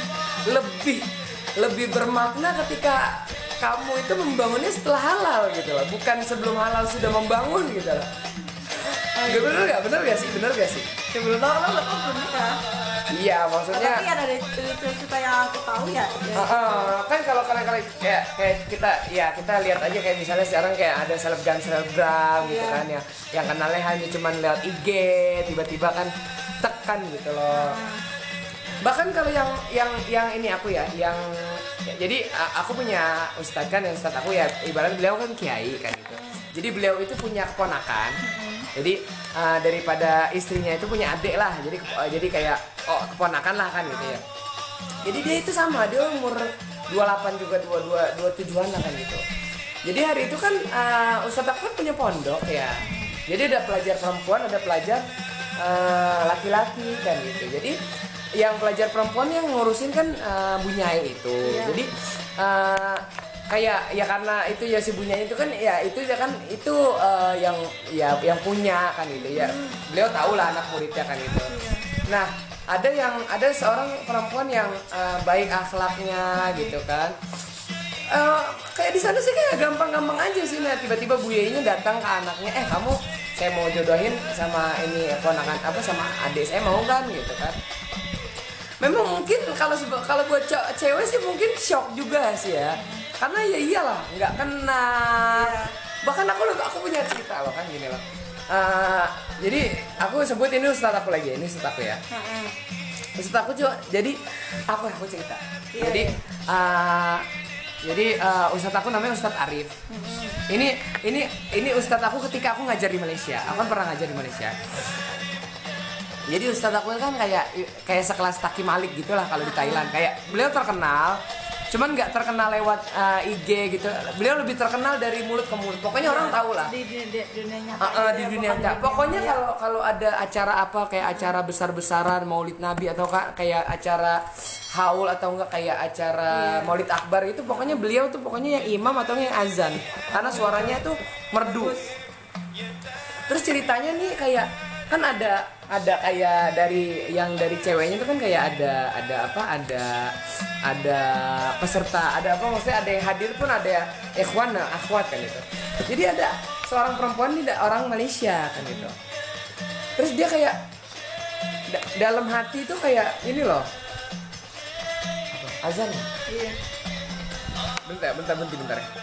lebih bermakna ketika kamu itu membangunnya setelah halal gitu loh, bukan sebelum halal sudah membangun gitu loh. Bener gak sih? Sebelum halal aku belum nikah. Iya, maksudnya. Tapi ada dari cerita yang aku tahu ya. Kan kalau kalian kayak kita lihat aja kayak misalnya sekarang kayak ada selebgram gitu kan ya, yang kenalnya hanya cuman lewat IG, tiba-tiba kan tekan gitu loh. Bahkan kalau yang ini aku ya, jadi aku punya ustadz kan, yang ustadz aku ya ibarat beliau kan kiai kan gitu. Jadi beliau itu punya keponakan. Jadi daripada istrinya itu punya adik lah, jadi kayak keponakan lah kan gitu ya. Jadi dia itu sama, dia umur 28 juga, 27-an lah kan gitu. Jadi hari itu kan ustadz aku kan punya pondok ya. Jadi ada pelajar perempuan, ada pelajar laki-laki kan gitu. Jadi yang pelajar perempuan yang ngurusin kan Bunyai itu. Jadi kayak ya karena itu ya si Bunyai itu kan ya itu ya kan itu yang punya kan gitu ya. Beliau tahu lah anak muridnya kan itu. Nah, ada seorang perempuan yang baik akhlaknya gitu kan. Kayak di sana sih kayak gampang-gampang aja sih. Nah, tiba-tiba Buyainya datang ke anaknya, kamu saya mau jodohin sama ini ponakan sama adik saya, mau kan gitu kan. Memang mungkin kalau buat cewek sih mungkin shock juga sih ya. Karena ya iyalah nggak kenal. Bahkan aku punya cerita loh kan gini loh. Jadi aku sebut ini ustadz aku lagi, ini ustadz aku ya. Ustadz aku juga, jadi aku cerita. Jadi ustadz aku namanya Ustadz Arif. Ini ustadz aku ketika aku ngajar di Malaysia. Aku kan pernah ngajar di Malaysia. Jadi ustadz aku kan kayak sekelas Taki Malik gitulah kalau di Thailand. Kayak beliau terkenal, cuman nggak terkenal lewat IG gitu. Beliau lebih terkenal dari mulut ke mulut. Pokoknya orang tahu lah. Di dunia nyata. Di dunia nyata. Pokoknya kalau ada acara apa kayak acara besar-besaran Maulid Nabi atau kayak acara haul atau enggak kayak acara Maulid Akbar itu, pokoknya beliau tuh pokoknya yang imam atau yang azan. Karena suaranya tuh merdu. Terus ceritanya nih kayak kan ada kayak dari ceweknya itu kan kayak ada peserta, ada apa maksudnya ada yang hadir pun ada ikhwan akhwat kan itu. Jadi ada seorang perempuan ini orang Malaysia kan itu. Terus dia kayak dalam hati itu kayak ini loh. Azan. Iya. Bentar ya.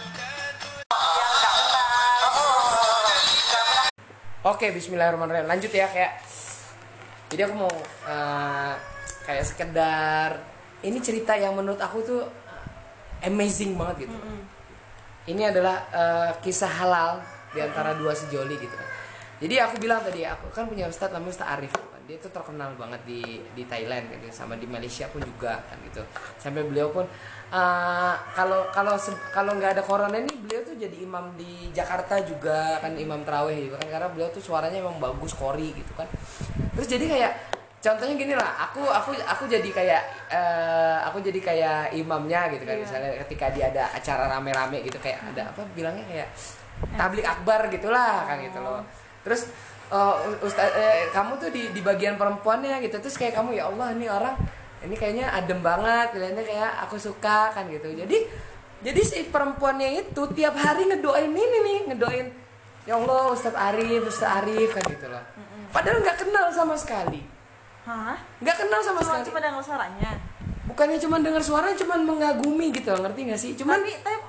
Oke, bismillahirrahmanirrahim. Lanjut ya kayak. Jadi aku mau kayak sekedar ini cerita yang menurut aku tuh amazing banget gitu. Ini adalah kisah halal di antara dua sejoli gitu. Jadi aku bilang tadi aku kan punya ustadz namanya Ustadz Arif kan. Dia tuh terkenal banget di Thailand kan, sama di Malaysia pun juga kan gitu. Sampai beliau pun kalau nggak ada corona ini beliau tuh jadi imam di Jakarta juga kan, imam tarawih juga kan, karena beliau tuh suaranya emang bagus, kori gitu kan. Terus jadi kayak contohnya gini lah, aku jadi kayak imamnya gitu kan, misalnya ketika dia ada acara rame-rame gitu, kayak ada apa bilangnya kayak tablik akbar gitulah kan gitu loh. Terus kamu tuh di bagian perempuannya gitu, terus kayak kamu ya Allah ini orang ini kayaknya adem banget, kayaknya kayak aku suka kan gitu. Jadi si perempuannya itu tiap hari ngedoain ya Allah Ustadz Arif kan gitu loh. Padahal nggak kenal sama sekali. Hah? Nggak kenal sama sekali. Cuma dengar suaranya. Bukannya cuma dengar suaranya, cuma mengagumi gitu, ngerti nggak sih? Cuman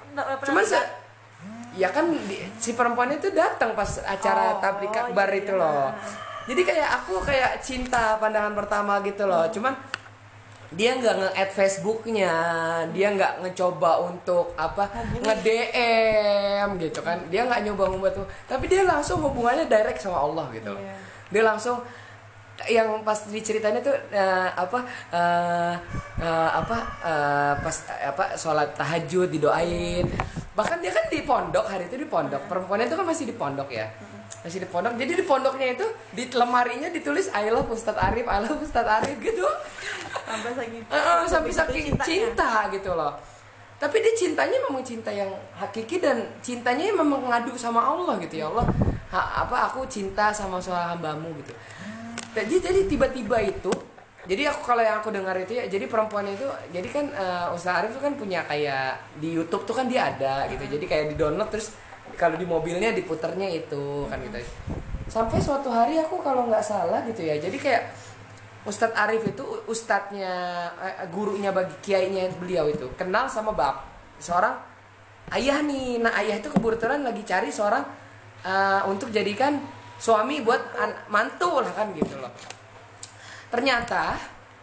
ya kan si perempuan itu datang pas acara tablik akbar itu loh. Jadi kayak aku kayak cinta pandangan pertama gitu loh. Cuman dia nggak nge-add Facebooknya, dia nggak ngecoba untuk nge-DM gitu kan, dia nggak nyoba tuh, tapi dia langsung hubungannya direct sama Allah gitu loh. Dia langsung yang pas diceritanya tuh pas sholat tahajud didoain, bahkan dia kan di pondok, hari itu di pondok, perempuannya itu kan masih di pondok ya, masih di pondok. Jadi di pondoknya itu di lemarinya ditulis I love Ustadz Arif gitu. Sampai saking cinta gitu loh. Tapi dia cintanya memang cinta yang hakiki dan cintanya memang ngadu sama Allah gitu, ya Allah. Aku cinta sama seorang hambamu gitu. Jadi tiba-tiba itu, jadi kalau yang aku dengar itu ya, jadi perempuan itu, jadi kan Ustadz Arif itu kan punya kayak di YouTube tuh kan dia ada gitu. Jadi kayak di download terus kalau di mobilnya diputernya itu kan gitu. Sampai suatu hari aku kalau nggak salah gitu ya, jadi kayak Ustadz Arif itu ustadznya, gurunya bagi kiainya beliau itu kenal sama seorang ayah nih. Nah ayah itu kebetulan lagi cari seorang untuk jadikan suami buat mantu lah kan gitu loh. Ternyata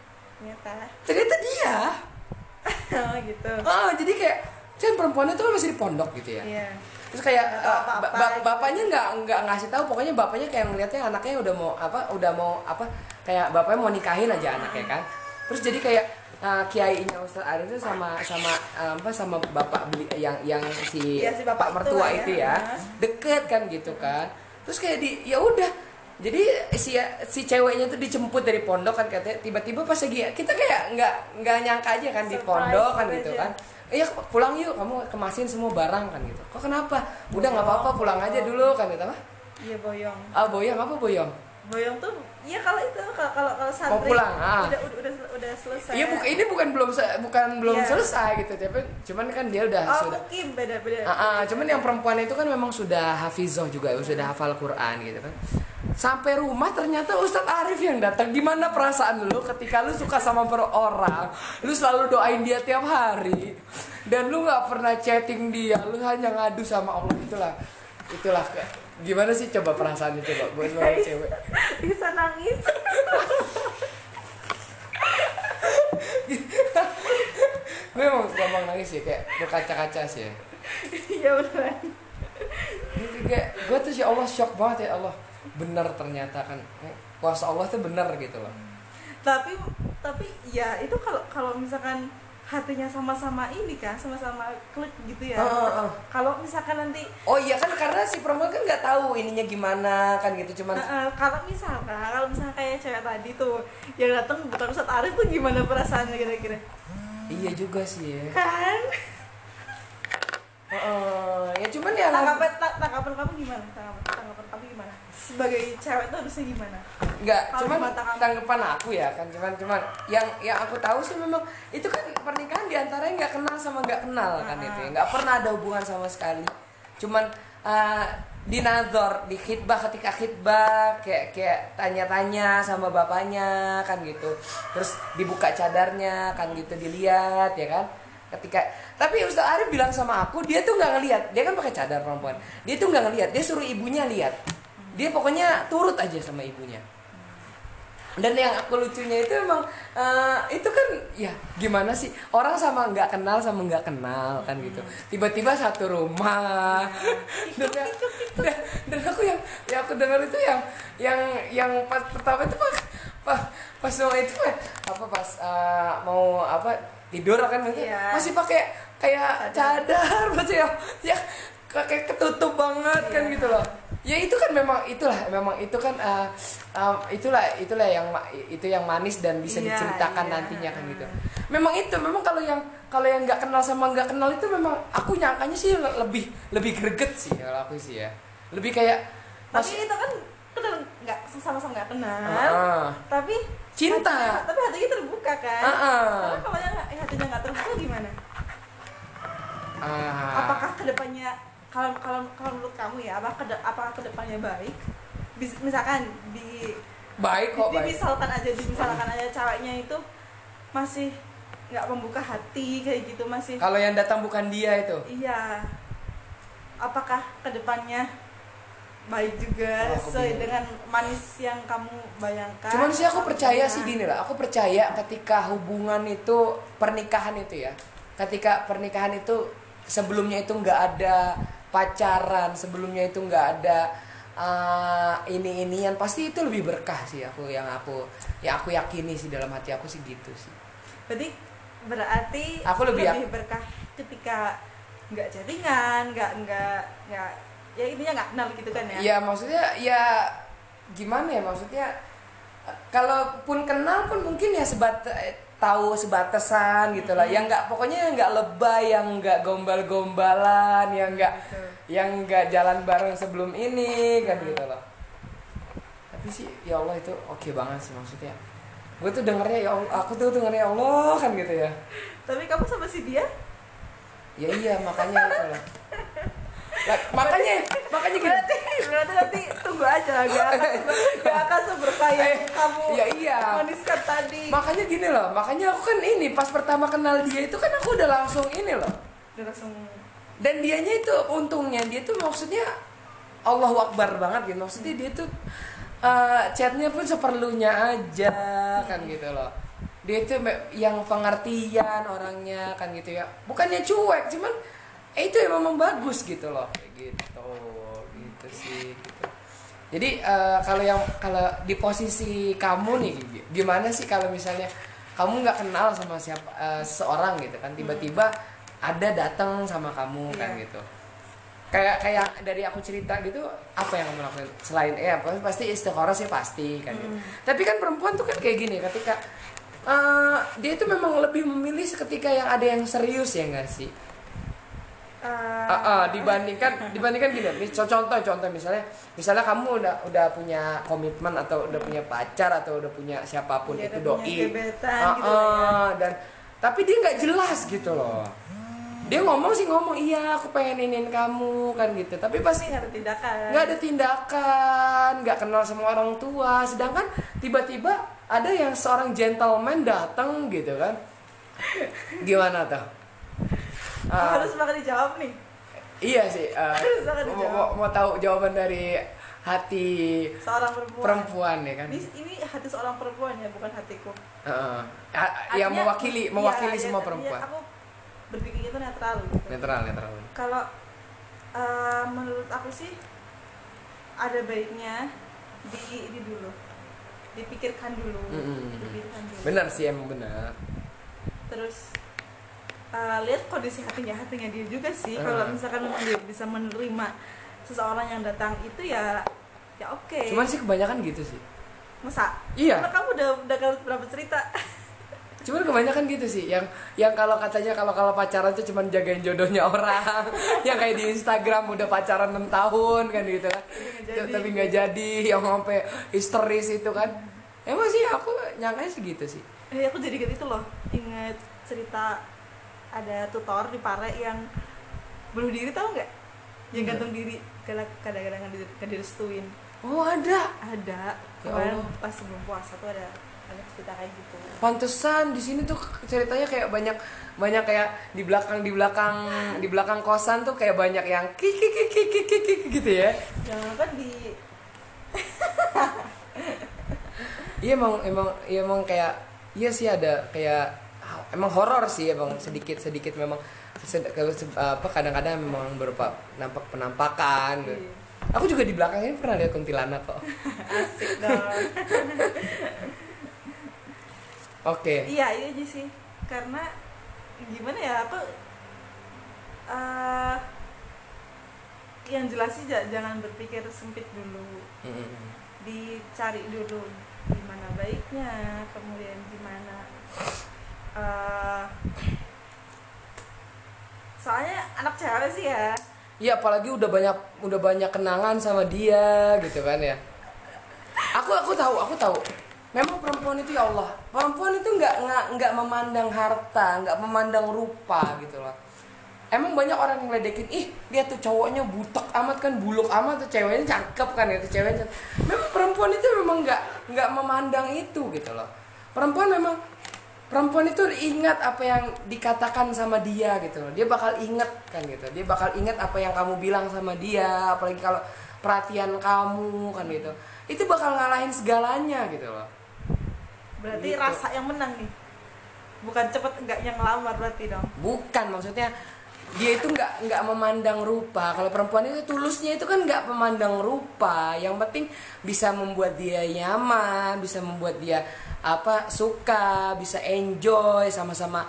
dia. Oh gitu. Jadi kayak kan perempuannya itu kan masih di pondok gitu ya. Yeah. Terus kayak bapaknya nggak ngasih tahu, pokoknya bapaknya kayak ngelihatnya anaknya udah mau kayak bapaknya mau nikahin aja anaknya kan. Terus jadi kayak kiainya Ustadz Arif itu sama bapak yang si bapak mertua itu ya deket kan gitu kan. Terus kayak ya udah Jadi si ceweknya tuh dijemput dari pondok kan katanya, tiba-tiba pas lagi kita kayak nggak nyangka aja kan, di pondok kan gitu kan. Iya pulang yuk, kamu kemasin semua barang kan gitu. Kok kenapa? Udah nggak apa-apa, pulang aja dulu kan gitu. Apa? Iya boyong. Boyong apa boyong? Boyong tuh ya kalau itu kalau santri mau pulang udah selesai. Iya ini bukan belum Iya. selesai gitu, tapi cuman kan dia udah sudah. Mungkin beda. Cuman yang perempuan itu kan memang sudah hafizoh juga, sudah hafal Quran gitu kan. Sampai rumah ternyata Ustadz Arif yang datang. Gimana perasaan lu ketika lu suka sama orang, lu selalu doain dia tiap hari, dan lu nggak pernah chatting dia, lu hanya ngadu sama Allah. Itulah gimana sih coba perasaannya coba buat seorang cewek? Bisa nangis. Gue emang gampang nangis ya, kayak berkaca-kaca sih ya. Iya beneran. Kayak gue tuh ya Allah, shock banget ya Allah, benar ternyata kan kuasa Allah tuh benar gitu loh. Tapi ya itu kalau misalkan hatinya sama-sama ini kan, sama-sama klik gitu ya. Kalau misalkan nanti iya kan, karena si perempuan kan nggak tahu ininya gimana kan gitu, cuman kalau misalkan kayak cewek tadi tuh yang datang bukan Ustadz Arif tuh gimana perasaannya kira-kira? Iya juga sih ya Kan? ya cuman ya tanggapan kamu gimana? Tanggapan kamu gimana? Sebagai cewek tuh harusnya gimana? Enggak, cuman tanggapan aku ya kan, cuman yang aku tahu sih memang itu kan pernikahan diantaranya nggak kenal sama nggak kenal kan, itu ya nggak pernah ada hubungan sama sekali, cuman di nazar, di khitbah, ketika khitbah kayak tanya-tanya sama bapaknya kan gitu, terus dibuka cadarnya kan gitu, dilihat ya kan. Tapi Ustaz Arif bilang sama aku, dia tuh nggak ngelihat, dia kan pakai cadar perempuan, dia tuh nggak ngelihat, dia suruh ibunya lihat, dia pokoknya turut aja sama ibunya. Dan yang aku lucunya itu emang itu kan ya gimana sih, orang sama nggak kenal kan gitu, tiba-tiba satu rumah. Dan aku yang aku dengar itu yang pas pertama itu pas mau itu pas mau tidur kan masih pakai kayak cadar, masih ya kayak ketutup banget kan gitu loh. Ya itu kan memang itu kan itulah yang manis dan bisa diceritakan nantinya kan gitu. Memang kalau yang nggak kenal sama nggak kenal itu memang aku nyangkanya sih lebih greget sih kalau aku sih ya. Lebih kayak tapi itu kan nggak sama-sama nggak kenal, tapi cinta. tapi hatinya terbuka kan. Karena kalau yang hatinya nggak terbuka gimana? Apakah kedepannya kalau menurut kamu ya, apakah kedepannya baik? Misalkan baik kok, misalkan aja ceweknya itu masih nggak membuka hati kayak gitu, masih kalau yang datang bukan dia itu. Iya. Apakah kedepannya baik juga sesuai dengan manis yang kamu bayangkan? Cuman sih aku percaya sih gini lah, aku percaya ketika hubungan itu, pernikahan itu ya, ketika pernikahan itu sebelumnya itu nggak ada pacaran, sebelumnya itu nggak ada ini-inian, pasti itu lebih berkah sih. Aku yakini sih, dalam hati aku sih gitu sih. Berarti aku lebih berkah ketika nggak jaringan, nggak ya intinya nggak kenal gitu kan ya? Ya maksudnya ya gimana ya, maksudnya kalaupun kenal pun mungkin ya tahu sebatasan gitu lah, yang nggak, pokoknya nggak lebay, yang nggak gombal-gombalan, yang nggak jalan bareng sebelum ini kan gitu loh. Tapi sih ya Allah itu oke banget sih, maksudnya gue tuh dengernya ya Allah, aku tuh dengernya ya Allah kan gitu ya. Tapi kamu sama si dia? Ya iya makanya itu loh. Makanya gini. Berarti nanti tunggu aja, gak akan seberkah yang kamu maniskan tadi. Makanya gini loh, makanya aku kan ini pas pertama kenal dia itu kan aku udah langsung ini loh. Dan dianya itu untungnya dia tuh maksudnya Allahu Akbar banget gitu, maksudnya dia tuh chatnya pun seperlunya aja kan gitu loh. Dia itu yang pengertian orangnya kan gitu ya, bukannya cuek, cuman itu memang bagus gitu loh, kayak gitu sih gitu. Jadi kalau di posisi kamu nih gimana sih kalau misalnya kamu nggak kenal sama seorang gitu kan, tiba-tiba ada datang sama kamu kan gitu, kayak dari aku cerita gitu, apa yang kamu lakukan selain pasti istiqoroh sih pasti kan gitu. Tapi kan perempuan tuh kan kayak gini, ketika dia itu memang lebih memilih ketika yang ada yang serius, ya nggak sih? Dibandingkan gini nih, contoh misalnya kamu udah punya komitmen atau udah punya pacar atau udah punya siapapun itu doi, gitu ya. Dan tapi dia nggak jelas gitu loh. Dia ngomong iya aku pengen inin kamu kan gitu, tapi pasti nggak ada tindakan, nggak kenal sama orang tua. Sedangkan tiba-tiba ada yang seorang gentleman datang gitu kan. Gimana tuh? Harus bakal dijawab nih. Iya sih. Mau tahu jawaban dari hati seorang perempuan ya kan? Ini hati seorang perempuan ya, bukan hatiku. Yang mewakili semua perempuan. Aku berpikir itu netral gitu. Netral. Kalau menurut aku sih ada baiknya di dulu, dipikirkan dulu. Benar sih, emang benar. Terus lihat kondisi hatinya dia juga sih. Kalau misalkan memang dia bisa menerima seseorang yang datang itu ya oke. Cuman sih kebanyakan gitu sih. Masa? Iya. Karena kamu udah berapa cerita. Cuman kebanyakan gitu sih, yang kalau katanya kalau pacaran tuh cuman jagain jodohnya orang, yang kayak di Instagram udah pacaran 6 tahun kan gitu kan, tapi nggak jadi, yang sampai histeris itu kan. Emang sih aku nyangkanya segitu sih. Aku jadi gitu loh, ingat cerita ada tutor di Pare yang bunuh diri, tahu nggak? Yang gantung diri kadang-kadang nggak direstuin. Oh ada. Kemarin pas sebelum puasa tuh ada cerita kayak gitu. Pantesan di sini tuh ceritanya kayak banyak kayak di belakang kosan tuh kayak banyak yang kiki gitu ya. Jangan kan di Iya emang kayak iya sih, ada kayak emang horor sih, emang sedikit memang kadang-kadang memang berupa penampakan. Iya. Aku juga di belakangnya pernah lihat kuntilanak kok. Asik dong. Oke. Iya aja sih, karena gimana ya, aku yang jelas sih jangan berpikir sempit dulu. Dicari dulu gimana baiknya, kemudian gimana soalnya anak cewek sih ya. Iya, apalagi udah banyak kenangan sama dia gitu kan ya. Aku tahu. Memang perempuan itu, ya Allah, perempuan itu nggak memandang harta, nggak memandang rupa gitu loh. Emang banyak orang yang ledekin, dia tuh cowoknya butek amat kan, buluk amat, tuh ceweknya cakep kan, itu ceweknya. Memang perempuan itu memang nggak memandang itu gitu loh. Perempuan itu ingat apa yang dikatakan sama dia gitu loh. Dia bakal inget kan gitu. Dia bakal inget apa yang kamu bilang sama dia, apalagi kalau perhatian kamu kan gitu. Itu bakal ngalahin segalanya gitu loh. Berarti gitu. Rasa yang menang nih. Bukan cepet enggaknya ngelamar berarti dong. Bukan, maksudnya dia itu nggak memandang rupa. Kalau perempuan itu tulusnya itu kan nggak memandang rupa. Yang penting bisa membuat dia nyaman, bisa membuat dia suka, bisa enjoy sama-sama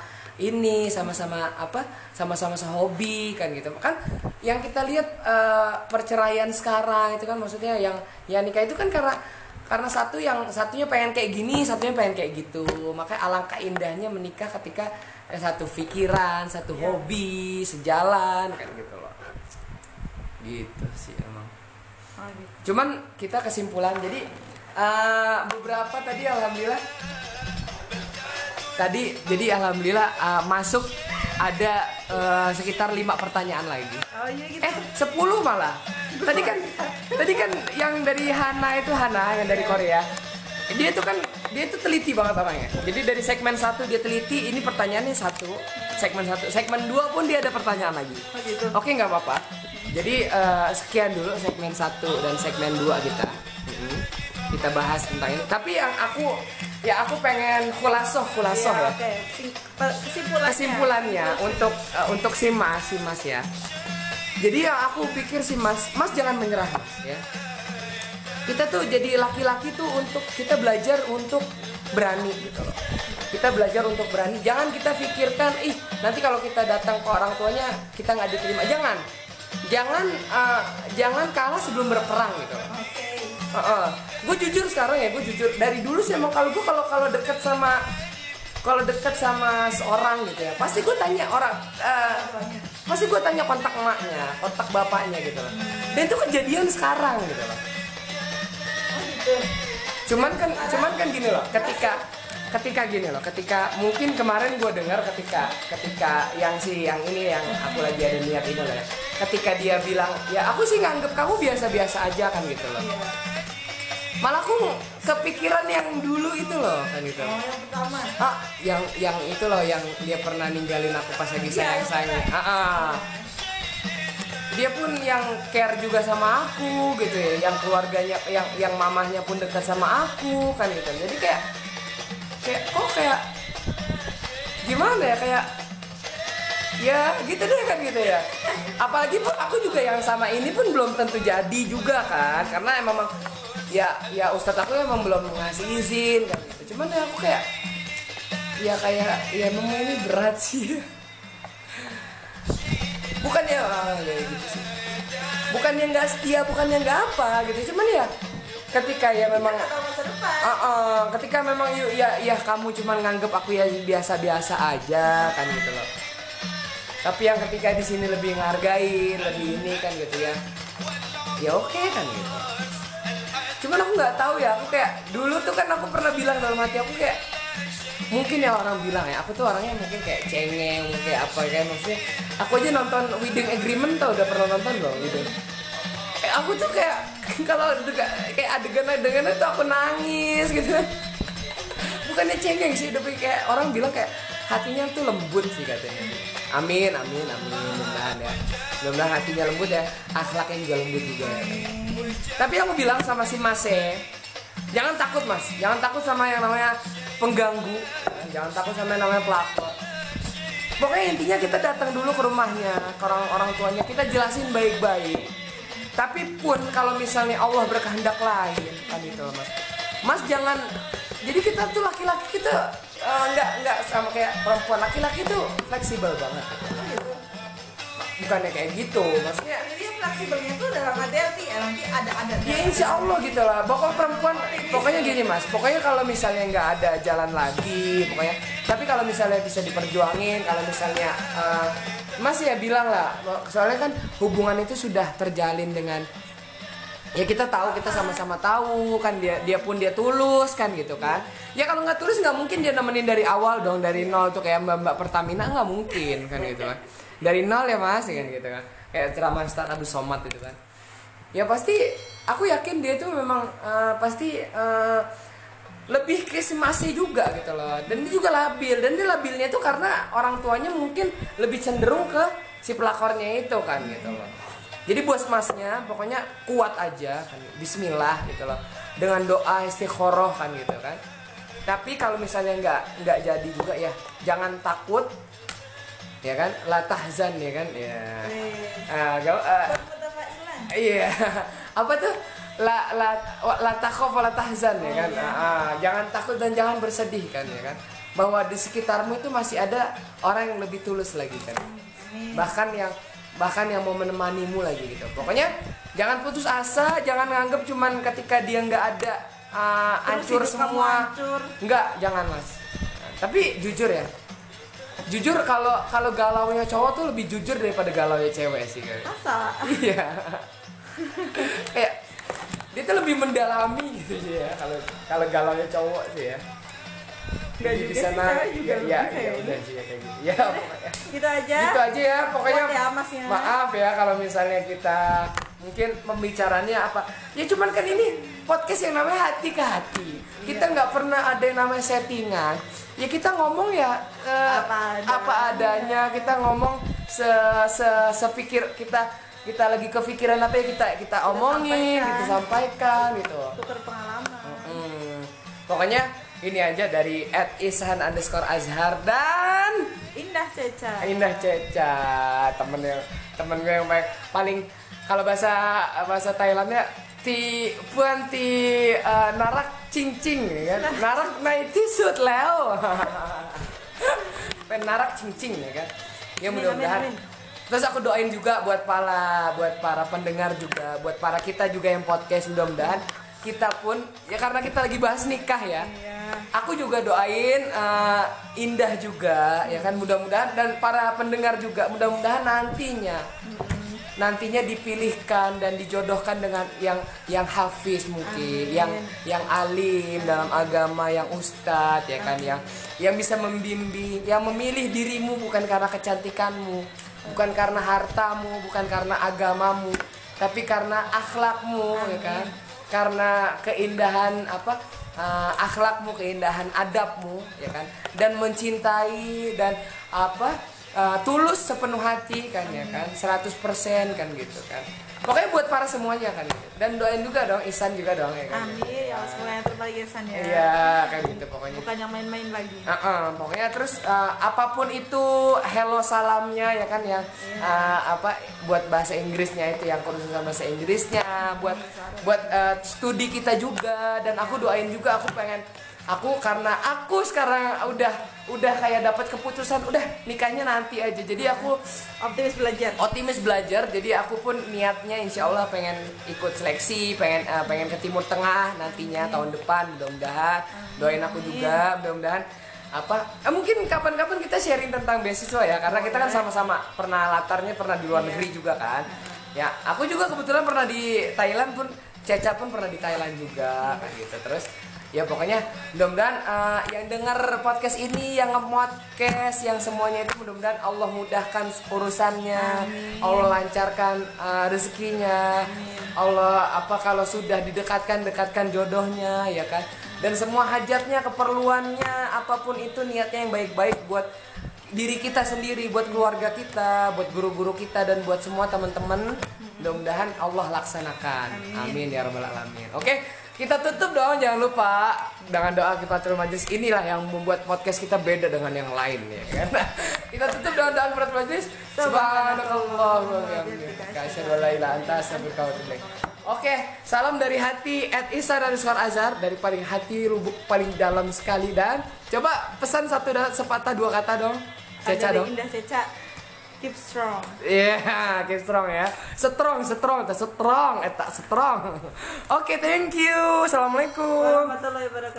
sama-sama hobi kan gitu. Kan yang kita lihat perceraian sekarang itu kan maksudnya yang nikah itu kan karena satunya pengen kayak gini, satunya pengen kayak gitu. Makanya alangkah indahnya menikah ketika satu pikiran, satu hobi, sejalan kan gitu loh. Gitu sih emang. Gitu. Cuman kita kesimpulan, jadi beberapa tadi alhamdulillah masuk ada sekitar 5 pertanyaan lagi. Oh iya gitu. 10 malah. Tadi kan yang dari Hana yang dari Korea. Dia tuh teliti banget orangnya. Jadi dari segmen 1 dia teliti, ini pertanyaannya segmen 1. Segmen 2 pun dia ada pertanyaan lagi. Oh gitu. Oke, nggak apa-apa. Jadi sekian dulu segmen 1 dan segmen 2 kita. Kita bahas tentang ini. Tapi yang aku pengen khulasoh ya. Oke. Kesimpulannya untuk si Mas ya. Jadi yang aku pikir sih Mas jangan menyerah Mas ya. Kita tuh jadi laki-laki tuh kita belajar untuk berani gitu loh. Kita belajar untuk berani. Jangan kita pikirkan, nanti kalau kita datang ke orang tuanya kita nggak diterima. jangan kalah sebelum berperang gitu. Gue jujur sekarang ya, gue jujur dari dulu sih emang kalau dekat sama seorang gitu ya, pasti gue tanya kontak emaknya, kontak bapaknya gitu loh. Dan itu kejadian sekarang gitu loh. Cuman kan gini loh, ketika mungkin kemarin gue dengar ketika yang ini yang aku lagi ada niat ini loh ya, ketika dia bilang ya aku sih nganggep kamu biasa-biasa aja kan gitu loh. Malah aku kepikiran yang dulu itu loh kan gitu. Yang pertama. Yang itu loh yang dia pernah ninggalin aku pas lagi sayang-sayangnya. Dia pun yang care juga sama aku gitu ya, yang keluarganya, yang mamahnya pun dekat sama aku kan gitu. Jadi kayak gimana ya, kayak ya gitu deh kan gitu ya. Apalagi pun aku juga yang sama ini pun belum tentu jadi juga kan, karena memang ya ustadz aku emang belum ngasih izin kan gitu. Cuman ya aku kayak memang ini berat sih. Bukannya ya gitu sih. Bukannya nggak setia, bukannya nggak apa gitu. Cuman ya ketika ya memang ketika memang ya kamu cuman nganggep aku ya biasa-biasa aja kan gitu loh. Tapi yang ketika di sini lebih ngargain, lebih ini kan gitu ya. Ya oke kan gitu. Cuman aku nggak tahu ya, aku kayak dulu tuh kan aku pernah bilang dalam hati aku kayak mungkin ya orang bilang ya aku tuh orangnya mungkin kayak cengeng, kayak apa kayak maksudnya aku aja nonton Wedding Agreement tuh udah pernah nonton belum gitu. Aku tuh kayak kalau kayak adegan-adegan itu aku nangis gitu. Bukannya cengeng sih, tapi kayak orang bilang kayak hatinya tuh lembut sih katanya. Amin mudah-mudahan ya. Mudah-mudahan hatinya lembut ya, akhlaknya juga lembut juga ya. Tapi aku bilang sama si Mas jangan takut Mas, jangan takut sama yang namanya pengganggu, jangan takut sama yang namanya pelakor. Pokoknya intinya kita datang dulu ke rumahnya, ke orang tuanya, kita jelasin baik-baik. Tapi pun kalau misalnya Allah berkehendak lain kan gitu Mas. Mas jangan, jadi kita tuh laki-laki kita nggak sama kayak perempuan, laki-laki tuh fleksibel banget. Bukannya kayak gitu, maksudnya jadi fleksibelnya tuh dalam arti nanti ada ya insya Allah gitu lah. Pokoknya gini Mas, pokoknya kalau misalnya nggak ada jalan lagi pokoknya, tapi kalau misalnya bisa diperjuangin, kalau misalnya Mas ya bilang lah, soalnya kan hubungan itu sudah terjalin dengan ya kita tahu, kita sama-sama tahu kan, dia pun dia tulus kan gitu kan. Ya kalau nggak tulus nggak mungkin dia nemenin dari awal dong, dari nol tuh kayak mbak Pertamina, nggak mungkin kan gitu kan. Dari nol ya Mas kan gitu kan, kayak ceramah Ustaz Abdul Somad gitu kan. Ya pasti aku yakin dia tuh memang pasti lebih ke si Masih juga gitu loh. Dan dia juga labil, dan dia labilnya tuh karena orang tuanya mungkin lebih cenderung ke si pelakornya itu kan gitu loh. Jadi buat Masnya pokoknya kuat aja kan, bismillah gitu loh, dengan doa istikharah kan gitu kan. Tapi kalau misalnya nggak jadi juga ya jangan takut ya kan, la tahzan ya kan ya. Iya. Apa tuh? La takhaf wa la tahzan ya kan. Jangan takut dan jangan bersedih kan ya kan. Bahwa di sekitarmu itu masih ada orang yang lebih tulus lagi kan. Bahkan yang mau menemanimu lagi gitu. Pokoknya jangan putus asa, jangan nganggep cuman ketika dia nggak ada hancur semua. Enggak, jangan Mas. Tapi jujur ya. Jujur kalau galaunya cowok tuh lebih jujur daripada galaunya cewek sih kayak. Masa? Iya. Kayak dia tuh lebih mendalami gitu sih ya kalau galaunya cowok sih ya. Enggak juga di sana juga ya udah sih ya kayak gitu. Ya pokoknya. Gitu aja ya pokoknya. Ya, ya. Maaf ya kalau misalnya kita mungkin pembicaranya apa. Ya cuman kan ini podcast yang namanya hati ke hati. Kita nggak pernah ada yang namanya settingan. Ya kita ngomong ya apa adanya. Kita ngomong sepikir kita lagi kepikiran apa ya kita omongin, kita sampaikan gitu. Tukar pengalaman. Pokoknya ini aja dari @ishan_azhar dan Indah Ceca, temen gue yang paling kalau bahasa Thailandnya puan narak cincing ya kan, narak naik tisut leo, narak cincing ya kan. Ya mudah-mudahan Terus aku doain juga buat para pendengar juga, buat para kita juga yang podcast, mudah-mudahan kita pun ya karena kita lagi bahas nikah ya. Aku juga doain Indah juga ya kan, mudah-mudahan, dan para pendengar juga mudah-mudahan nantinya dipilihkan dan dijodohkan dengan yang hafiz mungkin, yang alim dalam agama, yang ustadz ya kan, yang bisa membimbing, yang memilih dirimu bukan karena kecantikanmu, bukan karena hartamu, bukan karena agamamu, tapi karena akhlakmu ya kan, karena keindahan akhlakmu, keindahan adabmu ya kan, dan mencintai dan tulus sepenuh hati kan ya kan, 100% kan gitu kan. Pokoknya buat para semuanya kan gitu. Dan doain juga dong Ihsan juga dong ya kan. Amin, ya semuanya terbaik Ihsan ya. Iya kan gitu pokoknya. Bukan yang main-main lagi. Pokoknya terus apapun itu hello salamnya ya kan, yang buat bahasa Inggrisnya itu yang kursus bahasa Inggrisnya, buat studi kita juga, dan aku doain juga, karena aku sekarang udah kayak dapat keputusan, udah nikahnya nanti aja, jadi aku optimis belajar, jadi aku pun niatnya insya Allah pengen ikut seleksi, pengen ke Timur Tengah nantinya tahun depan, mudah-mudahan doain aku juga, mudah-mudahan mungkin kapan-kapan kita sharing tentang beasiswa ya, karena kita kan sama-sama latarnya pernah di luar negeri juga kan ya. Aku juga kebetulan pernah di Thailand pun, Ceca pun pernah di Thailand juga kan gitu. Terus ya pokoknya mudah-mudahan yang dengar podcast ini, yang nge-podcast, yang semuanya itu mudah-mudahan Allah mudahkan urusannya. Amin. Allah lancarkan rezekinya. Amin. Allah kalau sudah dekatkan jodohnya ya kan. Dan semua hajatnya, keperluannya, apapun itu niatnya yang baik-baik buat diri kita sendiri, buat keluarga kita, buat guru-guru kita, dan buat semua teman-teman. Mudah-mudahan Allah laksanakan. Amin ya rabbal alamin. Oke, kita tutup dong, jangan lupa dengan doa Kifatul Majlis. Inilah yang membuat podcast kita beda dengan yang lain ya kan. Kita tutup dengan doa Kifatul Majlis. Subhanallah wa bihamdihi, asyhadu an la ilaha illa anta, astaghfiruka wa atubu ilaik. Oke, salam dari hati @ihsan_azhar, dari paling hati, lubuk paling dalam sekali. Dan coba pesan sepatah dua kata dong, Ceca dong. Indah Ceca, keep strong. Iya, keep strong ya. Strong. Oke, thank you. Assalamualaikum Warahmatullahi wabarakatuh.